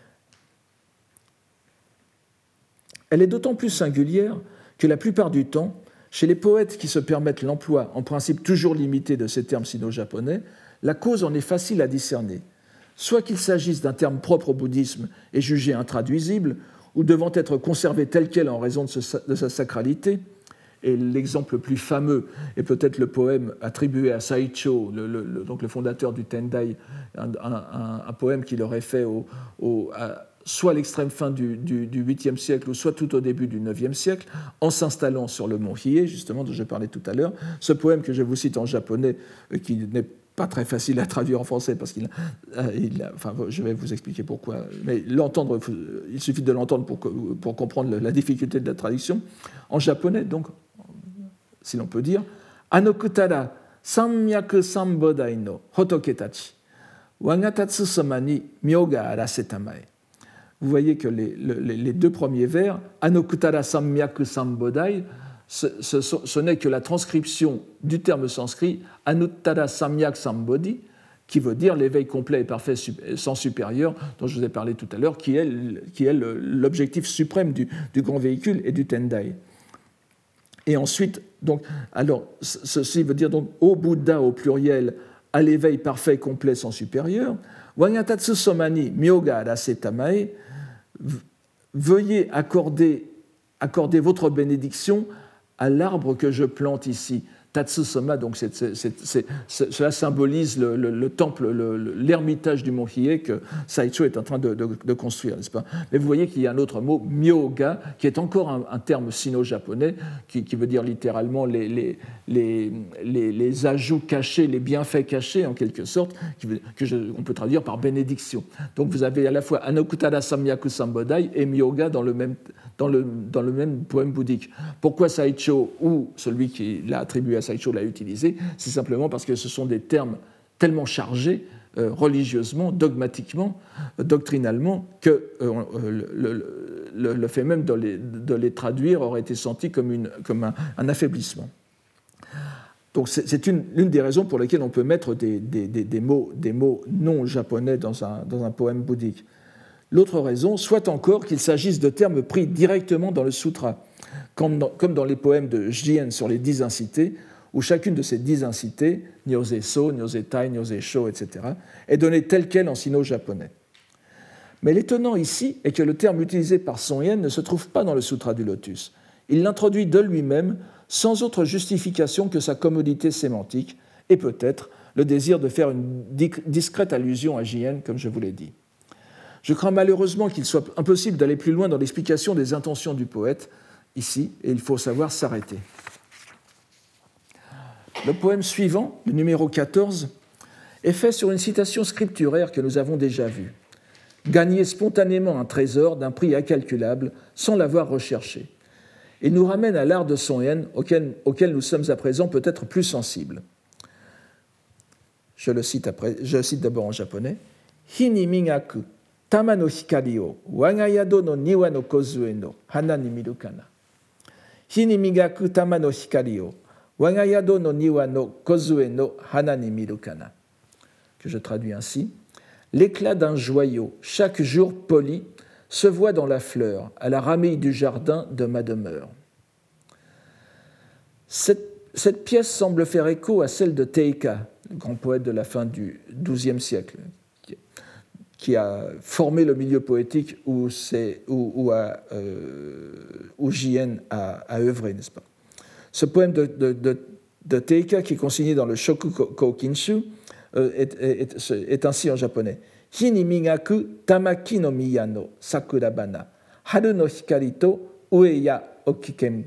Elle est d'autant plus singulière que la plupart du temps, chez les poètes qui se permettent l'emploi, en principe toujours limité, de ces termes sino-japonais, la cause en est facile à discerner. Soit qu'il s'agisse d'un terme propre au bouddhisme et jugé intraduisible, ou devant être conservé tel quel en raison de sa sacralité. Et l'exemple le plus fameux est peut-être le poème attribué à Saicho, donc le fondateur du Tendai, un poème qu'il aurait fait soit à l'extrême fin du 8e siècle, ou soit tout au début du 9e siècle, en s'installant sur le mont Hiei, justement, dont je parlais tout à l'heure. Ce poème que je vous cite en japonais, qui n'est pas très facile à traduire en français, parce enfin, je vais vous expliquer pourquoi, mais il suffit de l'entendre pour comprendre la difficulté de la traduction. En japonais, donc, si l'on peut dire, Anokutara Sanmyaku Sambodai no Hotoketachi Wagatatsu Soma ni Myoga Arasetamae. Vous voyez que les deux premiers vers, Anokutara Samyaku Sambodai, ce n'est que la transcription du terme sanskrit Anuttara Samyak Sambodhi, qui veut dire l'éveil complet et parfait sans supérieur, dont je vous ai parlé tout à l'heure, qui est l'objectif suprême du grand véhicule et du Tendai. Et ensuite, donc, alors, ceci veut dire donc au Bouddha au pluriel, à l'éveil parfait, complet, sans supérieur. Wanyatatsu somani myoga arasetamae, veuillez accorder votre bénédiction à l'arbre que je plante ici. Tatsusoma, donc cela symbolise le temple, l'ermitage du mont Hiei que Saicho est en train de construire, n'est-ce pas? Mais vous voyez qu'il y a un autre mot, myoga, qui est encore un terme sino-japonais, qui veut dire littéralement les ajouts cachés, les bienfaits cachés, en quelque sorte, on peut traduire par bénédiction. Donc vous avez à la fois Anokutara Samyaku Sambodai et myoga dans le même poème bouddhique. Pourquoi Saicho ou celui qui l'a attribué à Saicho l'a utilisé? C'est simplement parce que ce sont des termes tellement chargés religieusement, dogmatiquement, doctrinalement, que le fait même de les traduire aurait été senti comme un affaiblissement. Donc c'est l'une des raisons pour lesquelles on peut mettre des mots non japonais dans un poème bouddhique. L'autre raison, soit encore qu'il s'agisse de termes pris directement dans le sutra, comme dans les poèmes de Jien sur les 10 incités, où chacune de ces 10 incités, Nyose-so, Nyose-tai, Nyose-sho, etc., est donnée telle qu'elle en sino-japonais. Mais l'étonnant ici est que le terme utilisé par Son Yen ne se trouve pas dans le Sutra du Lotus. Il l'introduit de lui-même, sans autre justification que sa commodité sémantique, et peut-être le désir de faire une discrète allusion à Jien, comme je vous l'ai dit. Je crains malheureusement qu'il soit impossible d'aller plus loin dans l'explication des intentions du poète, ici, et il faut savoir s'arrêter. Le poème suivant, le numéro 14, est fait sur une citation scripturaire que nous avons déjà vue. Gagner spontanément un trésor d'un prix incalculable sans l'avoir recherché. Il nous ramène à l'art de Son Yen auquel nous sommes à présent peut-être plus sensibles. Je cite d'abord en japonais. Hi ni migaku tama no hikari o waga yado no niwa no kozue no hana ni miru kana. Hi ni migaku tama no hikari o waga yado no niwa no kozue no hana ni miru kana. Que je traduis ainsi. L'éclat d'un joyau, chaque jour poli, se voit dans la fleur, à la ramille du jardin de ma demeure. Cette pièce semble faire écho à celle de Teika, le grand poète de la fin du XIIe siècle, qui a formé le milieu poétique où Jien a œuvré, n'est-ce pas? Ce poème de Teika, qui est consigné dans le Shoku Kokinshu, est ainsi en japonais. Hi ni migaku tamaki no miya no sakurabana, haru no hikari to ue ya okiken.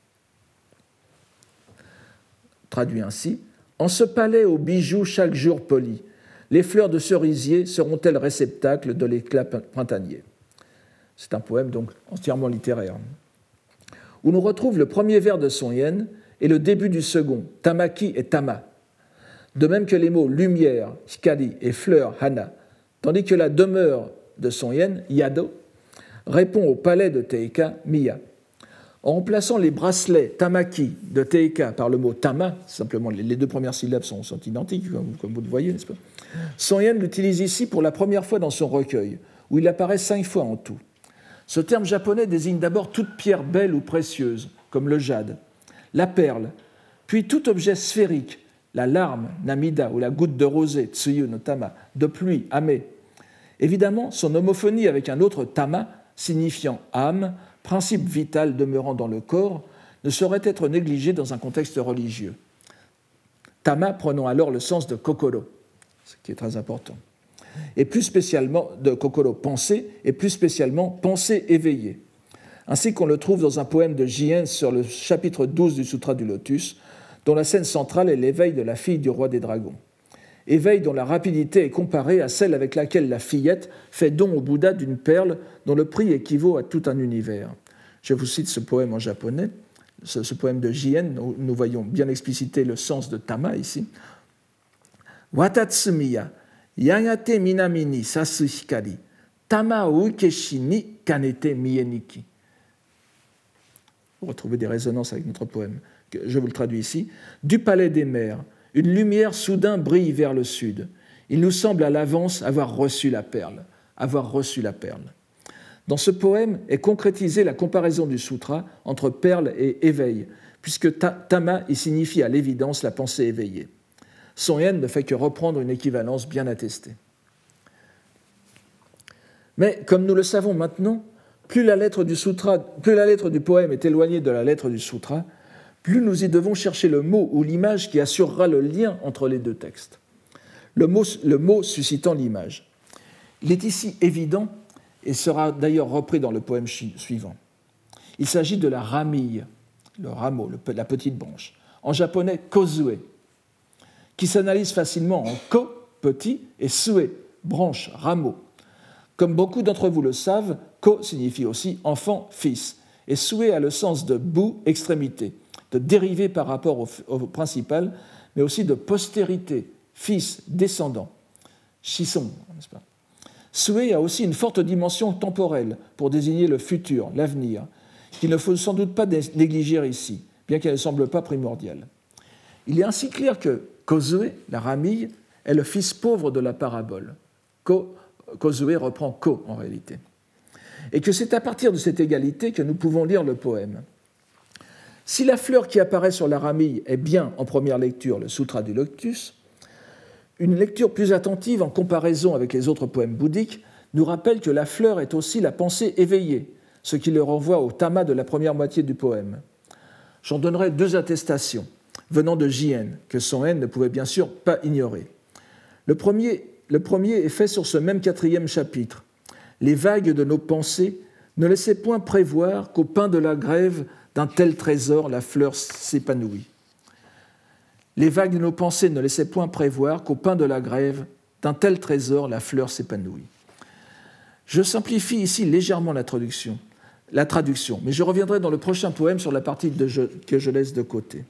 Traduit ainsi. En ce palais aux bijoux chaque jour polis, les fleurs de cerisier seront-elles réceptacles de l'éclat printanier? C'est un poème donc entièrement littéraire, où l'on retrouve le premier vers de Son Yen et le début du second, tamaki et tama, de même que les mots lumière, hikari et fleur, hana, tandis que la demeure de Son Yen, yado, répond au palais de Teika, miya. En remplaçant les bracelets tamaki de Teika par le mot tama, simplement les deux premières syllabes sont identiques, comme vous le voyez, n'est-ce pas? Son Yen l'utilise ici pour la première fois dans son recueil, où il apparaît 5 fois en tout. Ce terme japonais désigne d'abord toute pierre belle ou précieuse, comme le jade, la perle, puis tout objet sphérique, la larme, namida, ou la goutte de rosée, tsuyu no tama, de pluie, ame. Évidemment, son homophonie avec un autre tama, signifiant âme, principe vital demeurant dans le corps, ne saurait être négligé dans un contexte religieux. Tama prenant alors le sens de kokoro, ce qui est très important, et plus spécialement de kokoro, pensée, et plus spécialement pensée éveillée, ainsi qu'on le trouve dans un poème de Jien sur le chapitre 12 du Sutra du Lotus, dont la scène centrale est l'éveil de la fille du roi des dragons. Éveil dont la rapidité est comparée à celle avec laquelle la fillette fait don au Bouddha d'une perle dont le prix équivaut à tout un univers. Je vous cite ce poème en japonais, ce poème de Jien, où nous voyons bien expliciter le sens de tama ici. Watatsumiya, yagate minami ni sasu hikari, tama o ukeshi ni kanete mieniki. Vous retrouvez des résonances avec notre poème. Je vous le traduis ici. Du palais des mers, une lumière soudain brille vers le sud. Il nous semble à l'avance avoir reçu la perle. Dans ce poème est concrétisée la comparaison du sutra entre perle et éveil, puisque tama y signifie à l'évidence la pensée éveillée. Son Yen ne fait que reprendre une équivalence bien attestée. Mais comme nous le savons maintenant, plus la lettre du poème est éloignée de la lettre du sutra, plus nous y devons chercher le mot ou l'image qui assurera le lien entre les deux textes. Le mot suscitant l'image. Il est ici évident, et sera d'ailleurs repris dans le poème suivant. Il s'agit de la ramille, le rameau, la petite branche, en japonais kozue, qui s'analyse facilement en ko, petit, et sue, branche, rameau. Comme beaucoup d'entre vous le savent, ko signifie aussi enfant, fils, et sue a le sens de bout, extrémité, de dérivé par rapport au principal, mais aussi de postérité, fils, descendant, shison, n'est-ce pas? Sue a aussi une forte dimension temporelle pour désigner le futur, l'avenir, qu'il ne faut sans doute pas négliger ici, bien qu'elle ne semble pas primordiale. Il est ainsi clair que kozue, la ramille, est le fils pauvre de la parabole. Kozue reprend ko en réalité. Et que c'est à partir de cette égalité que nous pouvons lire le poème. Si la fleur qui apparaît sur la ramille est bien, en première lecture, le Sutra du Lotus, une lecture plus attentive en comparaison avec les autres poèmes bouddhiques nous rappelle que la fleur est aussi la pensée éveillée, ce qui le renvoie au tama de la première moitié du poème. J'en donnerai 2 attestations, venant de Jien, que son haine ne pouvait bien sûr pas ignorer. Le premier est fait sur ce même 4e chapitre. Les vagues de nos pensées ne laissaient point prévoir qu'au pain de la grève d'un tel trésor la fleur s'épanouit. Les vagues de nos pensées ne laissaient point prévoir qu'au pain de la grève d'un tel trésor la fleur s'épanouit. Je simplifie ici légèrement la traduction, mais je reviendrai dans le prochain poème sur la partie que je laisse de côté.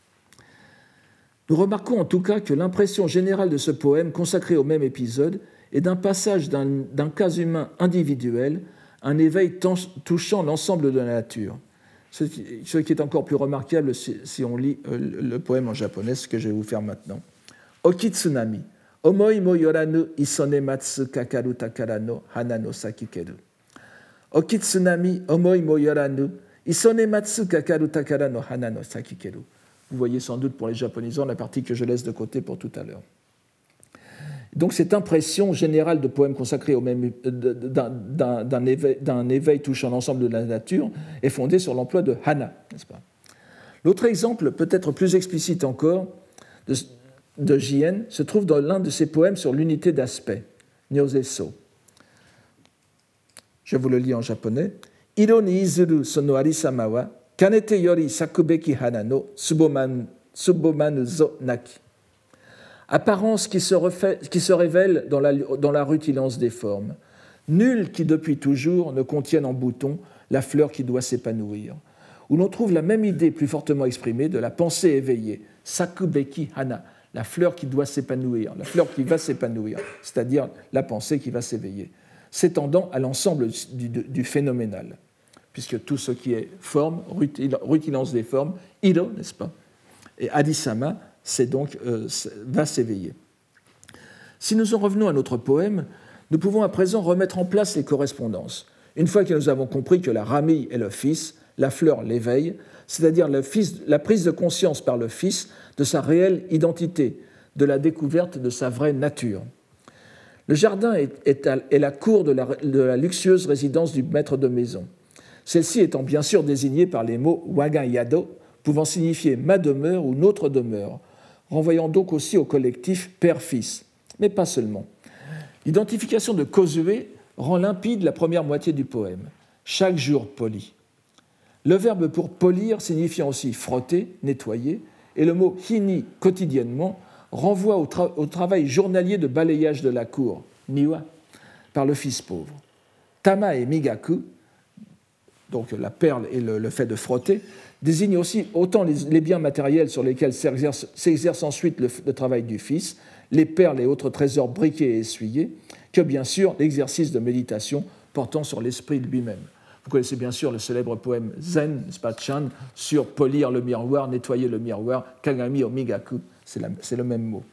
Nous remarquons en tout cas que l'impression générale de ce poème consacré au même épisode est d'un passage d'un cas humain individuel, un éveil touchant l'ensemble de la nature. Ce qui est encore plus remarquable si on lit le poème en japonais, ce que je vais vous faire maintenant. Okitsunami, omoi mo yoranu isonematsu kakaru takara no hana no sakikeru. Okitsunami, omoi mo yoranu isonematsu kakaru takara no hana no sakikeru. Vous voyez sans doute pour les japonisants la partie que je laisse de côté pour tout à l'heure. Donc cette impression générale de poème consacré au même, d'un éveil touchant l'ensemble de la nature est fondée sur l'emploi de hana, n'est-ce pas? L'autre exemple, peut-être plus explicite encore, de Jien, se trouve dans l'un de ses poèmes sur l'unité d'aspect, Nyozeso. Je vous le lis en japonais. Iro ni izuru sono arisama wa kanete yori sakubeki hana no tsubomanu zo naki. Apparence qui se révèle dans la rutilance des formes. Nul qui depuis toujours ne contienne en bouton la fleur qui doit s'épanouir. Où l'on trouve la même idée plus fortement exprimée de la pensée éveillée, sakubeki hana, la fleur qui doit s'épanouir, la fleur qui va s'épanouir, c'est-à-dire la pensée qui va s'éveiller, s'étendant à l'ensemble du phénoménal, puisque tout ce qui est forme, rutilance des formes, iro, n'est-ce pas, et adisama, c'est donc va s'éveiller. Si nous en revenons à notre poème, nous pouvons à présent remettre en place les correspondances. Une fois que nous avons compris que la ramille est le fils, la fleur l'éveil, c'est-à-dire la prise de conscience par le fils de sa réelle identité, de la découverte de sa vraie nature. Le jardin est la cour de la luxueuse résidence du maître de maison, celle-ci étant bien sûr désignée par les mots wagan yado, pouvant signifier ma demeure ou notre demeure, renvoyant donc aussi au collectif père-fils, mais pas seulement. L'identification de kozue rend limpide la première moitié du poème, chaque jour poli. Le verbe pour polir signifiant aussi frotter, nettoyer, et le mot hini, quotidiennement, renvoie au travail journalier de balayage de la cour, niwa, par le fils pauvre. Tama et migaku, donc la perle et le fait de frotter, désignent aussi autant les biens matériels sur lesquels s'exerce ensuite le travail du fils, les perles et autres trésors briqués et essuyés, que bien sûr l'exercice de méditation portant sur l'esprit lui-même. Vous connaissez bien sûr le célèbre poème Zen, n'est-ce pas, Chan, sur polir le miroir, nettoyer le miroir, Kagami o Migaku, c'est le même mot.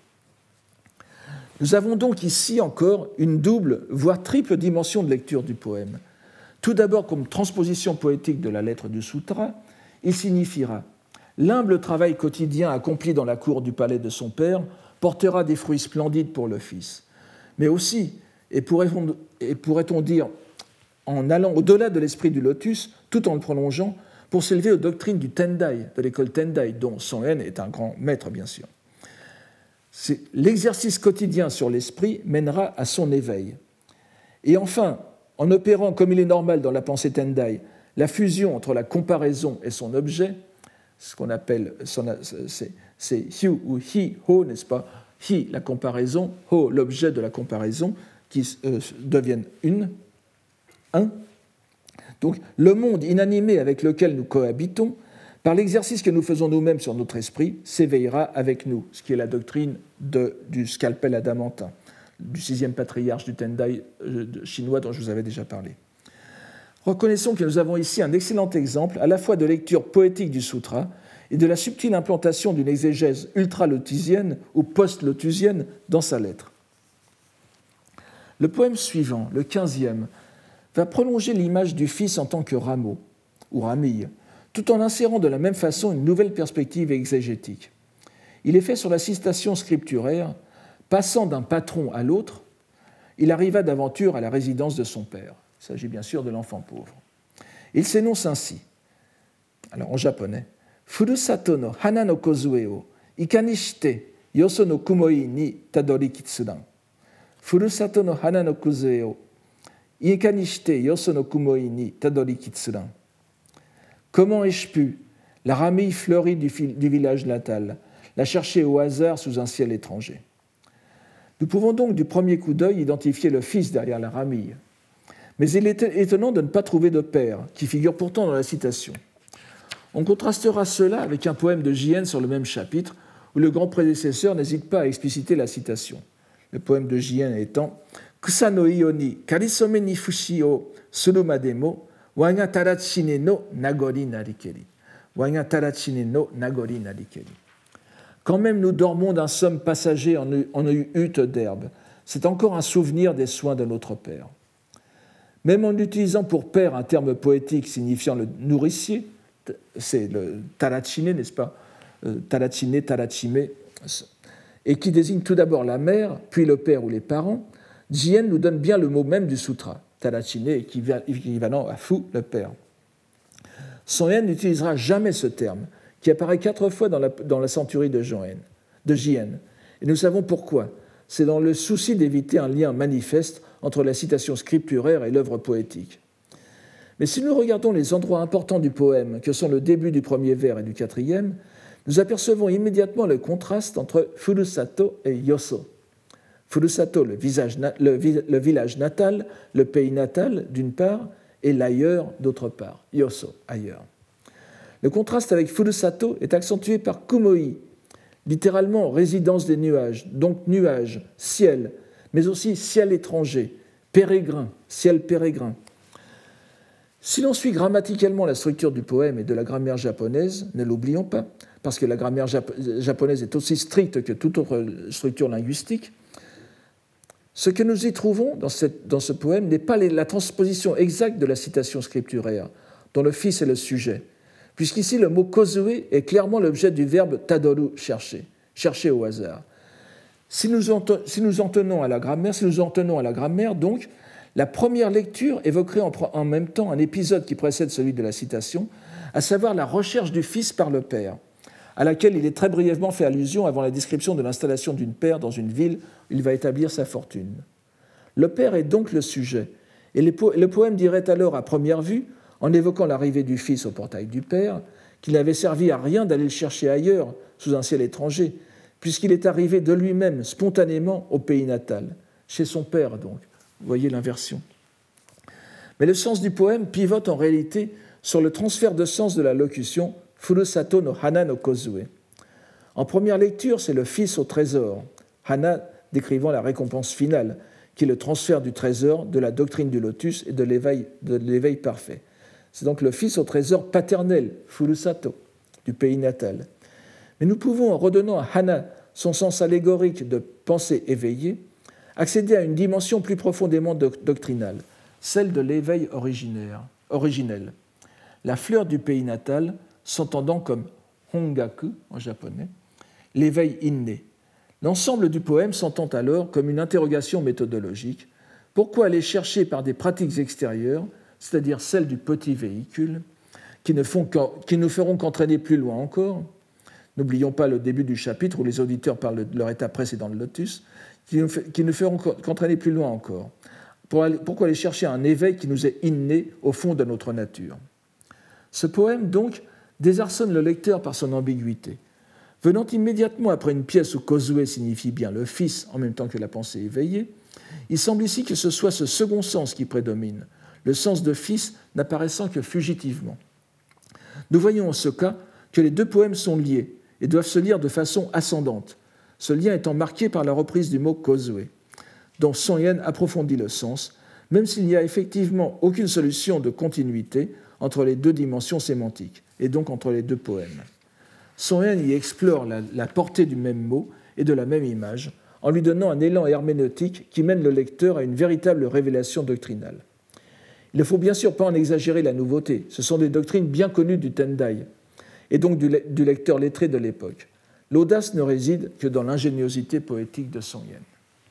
Nous avons donc ici encore une double, voire triple dimension de lecture du poème. Tout d'abord comme transposition poétique de la lettre du sutra, il signifiera « L'humble travail quotidien accompli dans la cour du palais de son père portera des fruits splendides pour le fils. » Mais aussi, et pourrait-on dire, en allant au-delà de l'esprit du lotus, tout en le prolongeant, pour s'élever aux doctrines du Tendai, de l'école Tendai, dont Son En est un grand maître, bien sûr. L'exercice quotidien sur l'esprit mènera à son éveil. Et enfin, en opérant comme il est normal dans la pensée Tendai, la fusion entre la comparaison et son objet, ce qu'on appelle, c'est Hyu ou Hi, Ho, n'est-ce pas? Hi, la comparaison, Ho, l'objet de la comparaison, qui deviennent un. Donc, le monde inanimé avec lequel nous cohabitons, par l'exercice que nous faisons nous-mêmes sur notre esprit, s'éveillera avec nous, ce qui est la doctrine du scalpel adamantin, du sixième patriarche du Tendai chinois dont je vous avais déjà parlé. Reconnaissons que nous avons ici un excellent exemple à la fois de lecture poétique du sutra et de la subtile implantation d'une exégèse ultra-lotusienne ou post-lotusienne dans sa lettre. Le poème suivant, le 15e, va prolonger l'image du fils en tant que rameau, ou ramille, tout en insérant de la même façon une nouvelle perspective exégétique. Il est fait sur la citation scripturaire « Passant d'un patron à l'autre, il arriva d'aventure à la résidence de son père ». Il s'agit bien sûr de l'enfant pauvre. Il s'énonce ainsi, alors en japonais, « Furusato no hana no kozue o ikanishite yoso no kumoi ni tadorikitsudan » Furusato no hana no kozue o ikanishite yoso no kumoi ni tadorikitsudan. Comment ai-je pu, la ramille fleurie du village natal, la chercher au hasard sous un ciel étranger? Nous pouvons donc du premier coup d'œil identifier le fils derrière la ramille. Mais il est étonnant de ne pas trouver de père, qui figure pourtant dans la citation. On contrastera cela avec un poème de Jien sur le même chapitre, où le grand prédécesseur n'hésite pas à expliciter la citation. Le poème de Jien étant « Kusa no iyo ni karisome ni fushi o suru mademo waga tarachine no nagori narikeri » Waga tarachine no nagori narikeri. Quand même nous dormons d'un somme passager en une hutte d'herbe, c'est encore un souvenir des soins de notre père. Même en utilisant pour père un terme poétique signifiant le nourricier, c'est le tarachine, n'est-ce pas? Tarachine, tarachime, et qui désigne tout d'abord la mère, puis le père ou les parents, Jien nous donne bien le mot même du sutra, tarachine, équivalent à fou, le père. Son En n'utilisera jamais ce terme, qui apparaît 4 fois dans la centurie de Jien. Et nous savons pourquoi. C'est dans le souci d'éviter un lien manifeste entre la citation scripturaire et l'œuvre poétique. Mais si nous regardons les endroits importants du poème, que sont le début du premier vers et du 4e, nous apercevons immédiatement le contraste entre Furusato et Yoso. Furusato, le village natal, le pays natal, d'une part, et l'ailleurs, d'autre part. Yoso, ailleurs. Le contraste avec Furusato est accentué par Kumoi, littéralement résidence des nuages, donc nuages, ciel, mais aussi ciel étranger, pérégrin, ciel pérégrin. Si l'on suit grammaticalement la structure du poème et de la grammaire japonaise, ne l'oublions pas, parce que la grammaire japonaise est aussi stricte que toute autre structure linguistique, ce que nous y trouvons dans ce poème n'est pas la transposition exacte de la citation scripturaire, dont le fils est le sujet, puisqu'ici le mot kozue est clairement l'objet du verbe tadoru, chercher au hasard. Si nous en tenons à la grammaire, donc, la première lecture évoquerait en même temps un épisode qui précède celui de la citation, à savoir la recherche du fils par le père, à laquelle il est très brièvement fait allusion avant la description de l'installation d'une père dans une ville où il va établir sa fortune. Le père est donc le sujet, et le poème dirait alors à première vue, en évoquant l'arrivée du fils au portail du père, qu'il n'avait servi à rien d'aller le chercher ailleurs, sous un ciel étranger, puisqu'il est arrivé de lui-même, spontanément, au pays natal, chez son père donc. Vous voyez l'inversion. Mais le sens du poème pivote en réalité sur le transfert de sens de la locution « Furusato no hana no kozue ». En première lecture, c'est le fils au trésor, hana décrivant la récompense finale, qui est le transfert du trésor, de la doctrine du lotus et de l'éveil parfait. C'est donc le fils au trésor paternel, Furusato, du pays natal. Mais nous pouvons, en redonnant à hana son sens allégorique de pensée éveillée, accéder à une dimension plus profondément doctrinale, celle de l'éveil originel. La fleur du pays natal s'entendant comme hongaku en japonais, l'éveil inné. L'ensemble du poème s'entend alors comme une interrogation méthodologique. Pourquoi aller chercher par des pratiques extérieures, c'est-à-dire celles du petit véhicule, qui ne feront qu'entraîner plus loin encore. N'oublions pas le début du chapitre où les auditeurs parlent de leur état précédent de lotus, qui ne feront qu'entraîner plus loin encore. Pourquoi aller chercher un éveil qui nous est inné au fond de notre nature? Ce poème, donc, désarçonne le lecteur par son ambiguïté. Venant immédiatement après une pièce où Kozue signifie bien le fils en même temps que la pensée éveillée, il semble ici que ce soit ce second sens qui prédomine, le sens de fils n'apparaissant que fugitivement. Nous voyons en ce cas que les deux poèmes sont liés et doivent se lire de façon ascendante, ce lien étant marqué par la reprise du mot Kozue, dont Son Yen approfondit le sens, même s'il n'y a effectivement aucune solution de continuité entre les deux dimensions sémantiques, et donc entre les deux poèmes. Son Yen y explore la portée du même mot et de la même image, en lui donnant un élan herméneutique qui mène le lecteur à une véritable révélation doctrinale. Il ne faut bien sûr pas en exagérer la nouveauté, ce sont des doctrines bien connues du Tendai, et donc du lecteur lettré de l'époque. L'audace ne réside que dans l'ingéniosité poétique de Son Yen.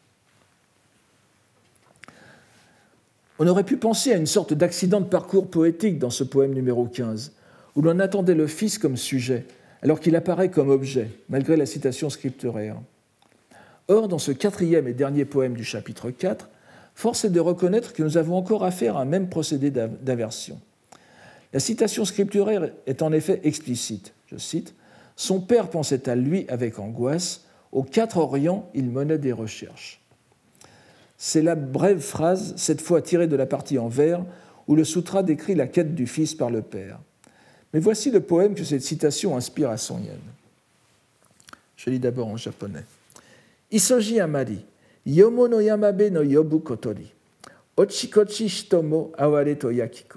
On aurait pu penser à une sorte d'accident de parcours poétique dans ce poème numéro 15, où l'on attendait le fils comme sujet, alors qu'il apparaît comme objet, malgré la citation scripturaire. Or, dans ce quatrième et dernier poème du chapitre 4, force est de reconnaître que nous avons encore affaire à un même procédé d'inversion. La citation scripturaire est en effet explicite. Je cite, « Son père pensait à lui avec angoisse, aux 4 Orients il menait des recherches. » C'est la brève phrase, cette fois tirée de la partie en vers, où le sutra décrit la quête du fils par le père. Mais voici le poème que cette citation inspire à Son Yen. Je lis d'abord en japonais. Isoji amari, yomo no yamabe no yobu kotori, ochikochi shitomo aware to yakikun.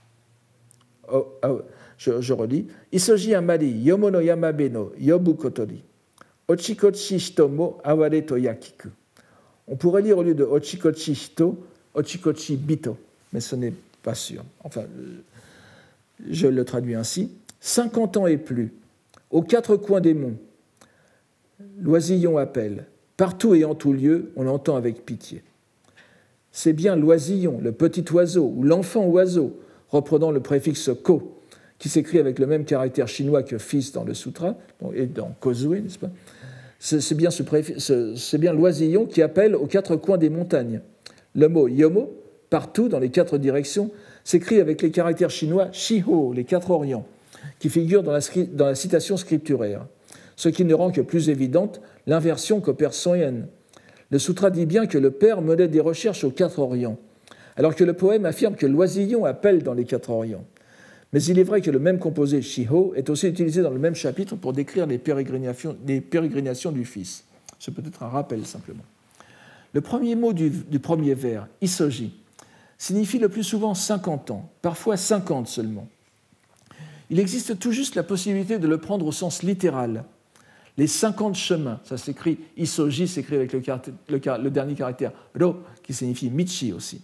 Je relis. Isoji amari, yomo no yamabe no yobu kotori, ochikochi shitomo aware to yakiku. On pourrait lire au lieu de ochikochi hito, ochikochi bito, mais ce n'est pas sûr. Enfin, je le traduis ainsi. 50 ans et plus, aux 4 coins des monts, l'oisillon appelle. Partout et en tout lieu, on l'entend avec pitié. C'est bien l'oisillon, le petit oiseau, ou l'enfant oiseau, reprenant le préfixe ko, qui s'écrit avec le même caractère chinois que fils dans le sutra, et dans Kozue, n'est-ce pas? C'est bien l'oisillon qui appelle aux 4 coins des montagnes. Le mot yomo, partout dans les 4 directions, s'écrit avec les caractères chinois shiho, les 4 Orients, qui figurent dans la citation scripturaire, ce qui ne rend que plus évidente l'inversion qu'opère Son Yen. Le sutra dit bien que le père menait des recherches aux 4 Orients, alors que le poème affirme que l'oisillon appelle dans les 4 Orients. Mais il est vrai que le même composé shiho est aussi utilisé dans le même chapitre pour décrire les pérégrinations du fils. C'est peut-être un rappel simplement. Le premier mot du premier vers, isoji, signifie le plus souvent 50 ans, parfois 50 seulement. Il existe tout juste la possibilité de le prendre au sens littéral. Les 50 chemins, ça s'écrit, isoji s'écrit avec le dernier caractère ro, qui signifie michi aussi.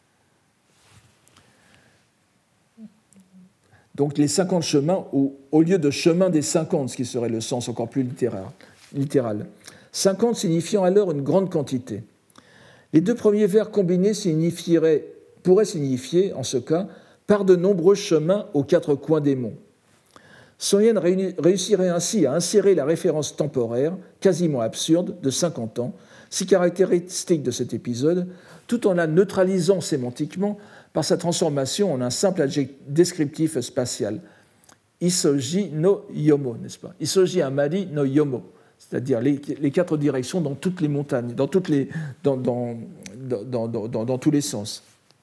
Donc les 50 chemins, au lieu de chemin des 50, ce qui serait le sens encore plus littéral. 50 signifiant alors une grande quantité. Les 2 premiers vers combinés pourraient signifier, en ce cas, par de nombreux chemins aux 4 coins des monts. Son Yen réussirait ainsi à insérer la référence temporaire, quasiment absurde, de 50 ans, si caractéristique de cet épisode, tout en la neutralisant sémantiquement par sa transformation en un simple adjectif descriptif spatial. Isoji no yomo, n'est-ce pas? Isoji amari no yomo, c'est-à-dire les 4 directions dans toutes les montagnes, dans tous les sens.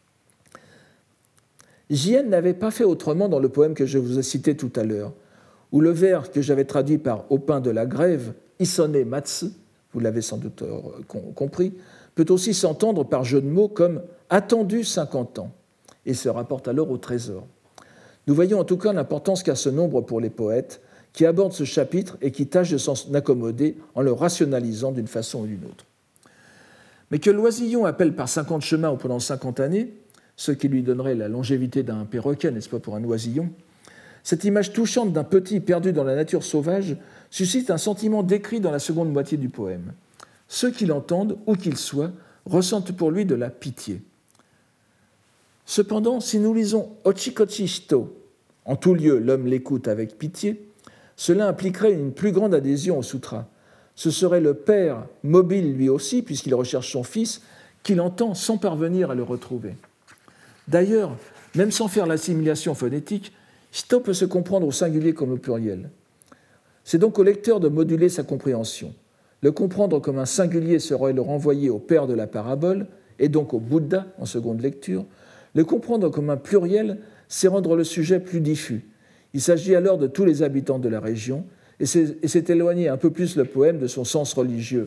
Jien n'avait pas fait autrement dans le poème que je vous ai cité tout à l'heure, où le vers que j'avais traduit par « au pain de la grève », isone matsu, vous l'avez sans doute compris, peut aussi s'entendre par jeu de mots comme « attendu 50 ans » et se rapporte alors au trésor. Nous voyons en tout cas l'importance qu'a ce nombre pour les poètes qui abordent ce chapitre et qui tâchent de s'en accommoder en le rationalisant d'une façon ou d'une autre. Mais que l'oisillon appelle par 50 chemins ou pendant 50 années, ce qui lui donnerait la longévité d'un perroquet, n'est-ce pas, pour un oisillon, cette image touchante d'un petit perdu dans la nature sauvage suscite un sentiment décrit dans la seconde moitié du poème. Ceux qui l'entendent, où qu'ils soient, ressentent pour lui de la pitié. Cependant, si nous lisons Ochikochi Shito, En tout lieu, l'homme l'écoute avec pitié, cela impliquerait une plus grande adhésion au sutra. Ce serait le père, mobile lui aussi, puisqu'il recherche son fils, qu'il entend sans parvenir à le retrouver. D'ailleurs, même sans faire l'assimilation phonétique, Cîteaux peut se comprendre au singulier comme au pluriel. C'est donc au lecteur de moduler sa compréhension. Le comprendre comme un singulier serait le renvoyer au père de la parabole, et donc au Bouddha en seconde lecture. Le comprendre comme un pluriel, c'est rendre le sujet plus diffus. Il s'agit alors de tous les habitants de la région, et c'est éloigner un peu plus le poème de son sens religieux.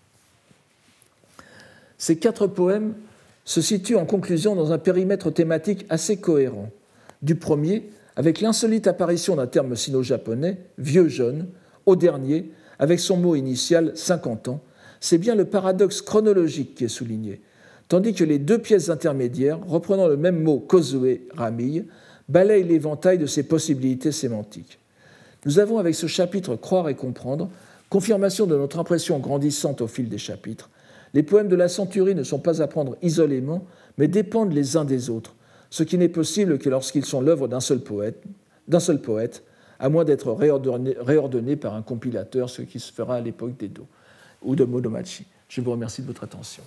Ces 4 poèmes se situent en conclusion dans un périmètre thématique assez cohérent. Du premier, avec l'insolite apparition d'un terme sino-japonais, vieux-jeune, au dernier, avec son mot initial, 50 ans, c'est bien le paradoxe chronologique qui est souligné, tandis que les 2 pièces intermédiaires, reprenant le même mot kozue, ramille, balayent l'éventail de ses possibilités sémantiques. Nous avons avec ce chapitre Croire et comprendre, confirmation de notre impression grandissante au fil des chapitres. Les poèmes de la Centurie ne sont pas à prendre isolément, mais dépendent les uns des autres, ce qui n'est possible que lorsqu'ils sont l'œuvre d'un seul poète, à moins d'être réordonnés par un compilateur, ce qui se fera à l'époque d'Edo ou de Muromachi. Je vous remercie de votre attention.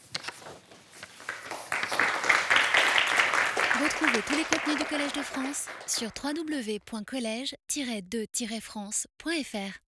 Retrouvez tous les contenus du Collège de France sur www.collège-2-france.fr.